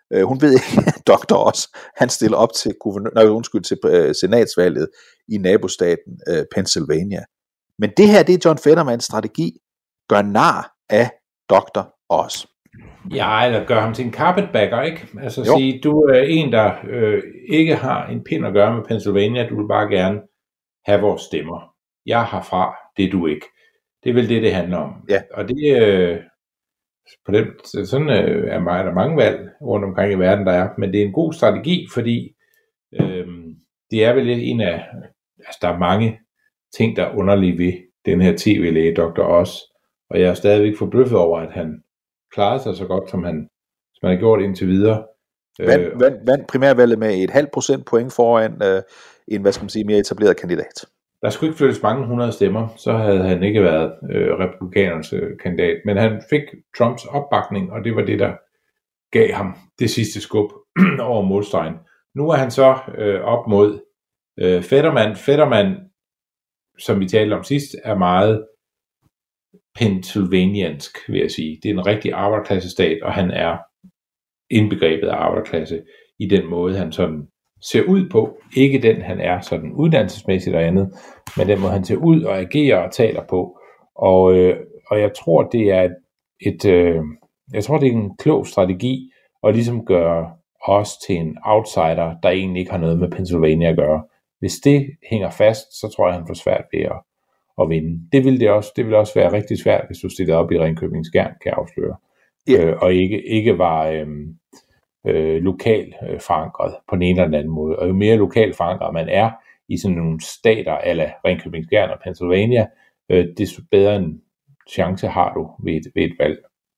Øh, hun ved ikke, at doktor også, han stiller op til, guvernør, nej, undskyld, til øh, senatsvalget i nabostaten øh, Pennsylvania. Men det her, det er John Fettermans strategi. Gør nar af doktor Oz. Ja, eller gør ham til en carpetbagger, ikke? Altså Jo. sige, du er en, der øh, ikke har en pind at gøre med Pennsylvania, du vil bare gerne have vores stemmer. Jeg har fra, det er du ikke. Det er vel det, det handler om. Ja. Og det, øh, på den, sådan øh, er der, der mange valg rundt omkring i verden, der er, men det er en god strategi, fordi øh, det er vel en af, altså der er mange ting, der er underlige ved den her tv-læge, doktor Oz, og jeg er stadigvæk forbløffet over, at han klarede sig så godt, som han, som han har gjort indtil videre. Vand, vand, vand primærvalget med et halvt procent point foran øh, en, hvad skal man sige, mere etableret kandidat. Der skulle ikke flyttes mange hundrede stemmer, så havde han ikke været øh, republikanernes øh, kandidat, men han fik Trumps opbakning, og det var det, der gav ham det sidste skub over målstregen. Nu er han så øh, op mod øh, Fetterman. Fetterman, som vi talte om sidst, er meget pennsylvaniansk, vil jeg sige. Det er en rigtig arbejderklassestat, og han er indbegrebet af arbejderklasse i den måde, han sådan ser ud på. Ikke den, han er sådan uddannelsesmæssigt og andet, men den måde, han ser ud og agerer og taler på. Og, øh, og jeg tror, det er et, et øh, jeg tror, det er en klog strategi at ligesom gøre os til en outsider, der egentlig ikke har noget med Pennsylvania at gøre. Hvis det hænger fast, så tror jeg, han får svært ved at, at vinde. Det vil det også, det vil også være rigtig svært, hvis du stiller op i Ringkøbing Skjern, kan jeg afsløre. Yeah. Øh, og ikke, ikke var øh, øh, lokal øh, forankret på den ene eller den anden måde. Og jo mere lokal forankret man er i sådan nogle stater, ala Ringkøbing Skjern og Pennsylvania, øh, desto bedre en chance har du ved et, ved et valg.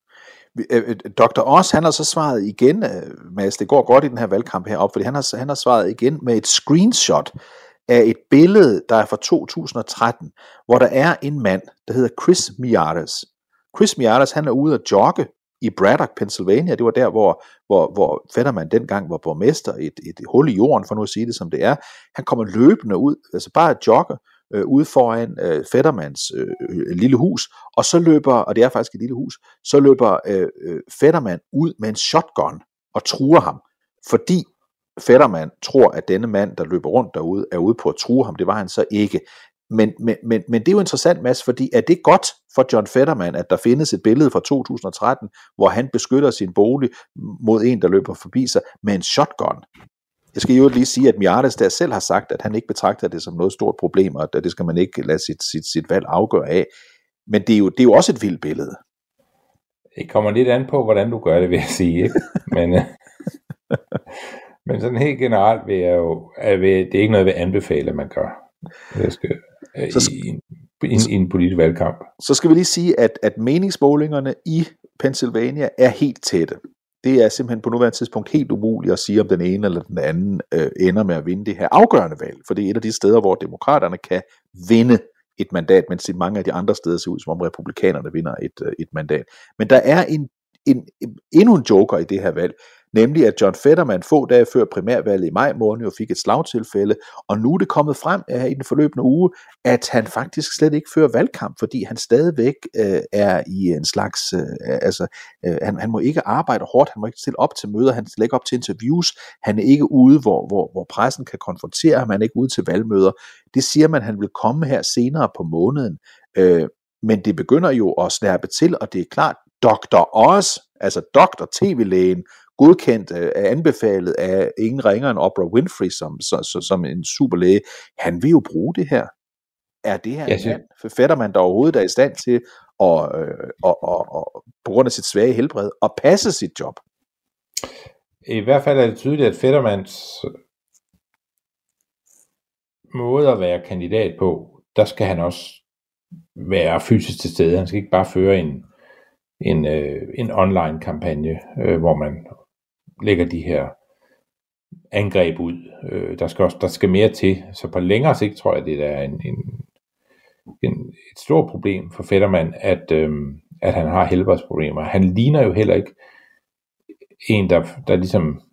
doktor Oz, han har så svaret igen, Mads, det går godt i den her valgkamp heroppe, fordi han har, han har svaret igen med et screenshot af et billede, der er fra to tusind og tretten, hvor der er en mand, der hedder Chris Miyares. Chris Miyares, han er ude at jogge i Braddock, Pennsylvania. Det var der, hvor, hvor, hvor Fetterman dengang var borgmester, et, et hul i jorden, for nu at sige det som det er. Han kommer løbende ud, altså bare at jogge, øh, ude foran øh, Fettermans øh, lille hus, og så løber, og det er faktisk et lille hus, så løber øh, Fetterman ud med en shotgun og truer ham, fordi Fetterman tror, at denne mand, der løber rundt derude, er ude på at true ham. Det var han så ikke. Men, men, men, men det er jo interessant, Mads, fordi er det godt for John Fetterman, at der findes et billede fra to tusind og tretten, hvor han beskytter sin bolig mod en, der løber forbi sig med en shotgun? Jeg skal jo lige sige, at Miyares der selv har sagt, at han ikke betragter det som noget stort problem, og at det skal man ikke lade sit, sit, sit valg afgøre af. Men det er, jo, det er jo også et vildt billede. Det kommer lidt an på, hvordan du gør det, vil jeg sige. Ikke? Men, men sådan helt generelt vil jeg jo, at det er ikke noget, jeg vil anbefale, at man gør. Jeg skal, så, i, i, i, i en politisk valgkamp. Så skal vi lige sige, at, at meningsmålingerne i Pennsylvania er helt tætte. Det er simpelthen på nuværende tidspunkt helt umuligt at sige, om den ene eller den anden øh, ender med at vinde det her afgørende valg. For det er et af de steder, hvor demokraterne kan vinde et mandat, mens i mange af de andre steder ser ud, som om republikanerne vinder et, et mandat. Men der er en, en, en, endnu en joker i det her valg, nemlig at John Fetterman få dage før primærvalget i maj måned jo fik et slagtilfælde, og nu er det kommet frem uh, i den forløbende uge, at han faktisk slet ikke fører valgkamp, fordi han stadigvæk uh, er i en slags, uh, altså uh, han, han må ikke arbejde hårdt, han må ikke stille op til møder, han stiller ikke op til interviews, han er ikke ude, hvor, hvor, hvor pressen kan konfrontere ham, han er ikke ude til valgmøder. Det siger man, han vil komme her senere på måneden, uh, men det begynder jo at snærpe til, og det er klart, doktor Oz, altså doktor T V-lægen, godkendt, øh, anbefalet af ingen ringere end Oprah Winfrey som, så, så, som en superlæge, han vil jo bruge det her. Er det her en mand, Fetterman, der overhovedet er i stand til at, øh, og, og, og, på grund af sit svage helbred, at passe sit job? I hvert fald er det tydeligt, at Fettermans måde at være kandidat på, der skal han også være fysisk til stede. Han skal ikke bare føre en en, øh, en online kampagne, øh, hvor man lægger de her angreb ud. Øh, der, skal også, der skal mere til, så på længere sigt tror jeg, det er en, en, en, et stort problem for Fetterman, at, øh, at han har helbredsproblemer. Han ligner jo heller ikke en, der, der ligesom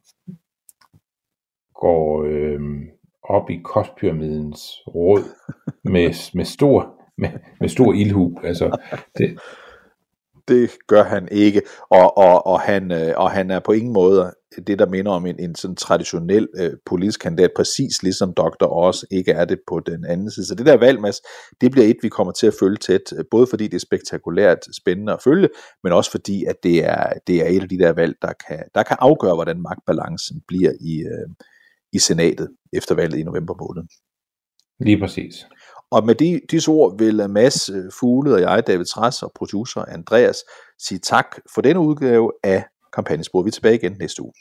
går øh, op i kostpyramidens råd med, med stor med, med stor ildhu. Altså, det det gør han ikke, og, og, og, han, øh, og han er på ingen måde det, der minder om en, en sådan traditionel øh, politisk kandidat, præcis ligesom doktor Oz ikke er det på den anden side. Så det der valg, Mads, det bliver et, vi kommer til at følge tæt, både fordi det er spektakulært spændende at følge, men også fordi, at det er, det er et af de der valg, der kan, der kan afgøre, hvordan magtbalancen bliver i, øh, i senatet efter valget i november måned. Lige præcis. Og med de, disse ord vil Mads Fuglede og jeg, David Trads og producer Andreas, sige tak for denne udgave af Kampagnespor. Vi er tilbage igen næste uge.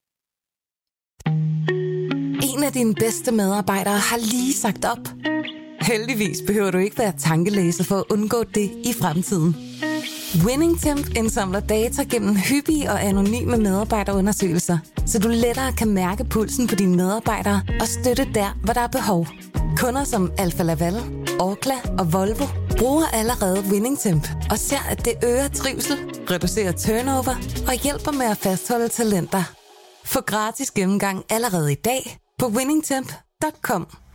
En af dine bedste medarbejdere har lige sagt op. Heldigvis behøver du ikke være tankelæser for at undgå det i fremtiden. WinningTemp indsamler data gennem hyppige og anonyme medarbejderundersøgelser, så du lettere kan mærke pulsen på dine medarbejdere og støtte der, hvor der er behov. Kunder som Alfa Laval, Orkla og Volvo bruger allerede WinningTemp og ser, at det øger trivsel, reducerer turnover og hjælper med at fastholde talenter. Få gratis gennemgang allerede i dag på winningtemp punktum com.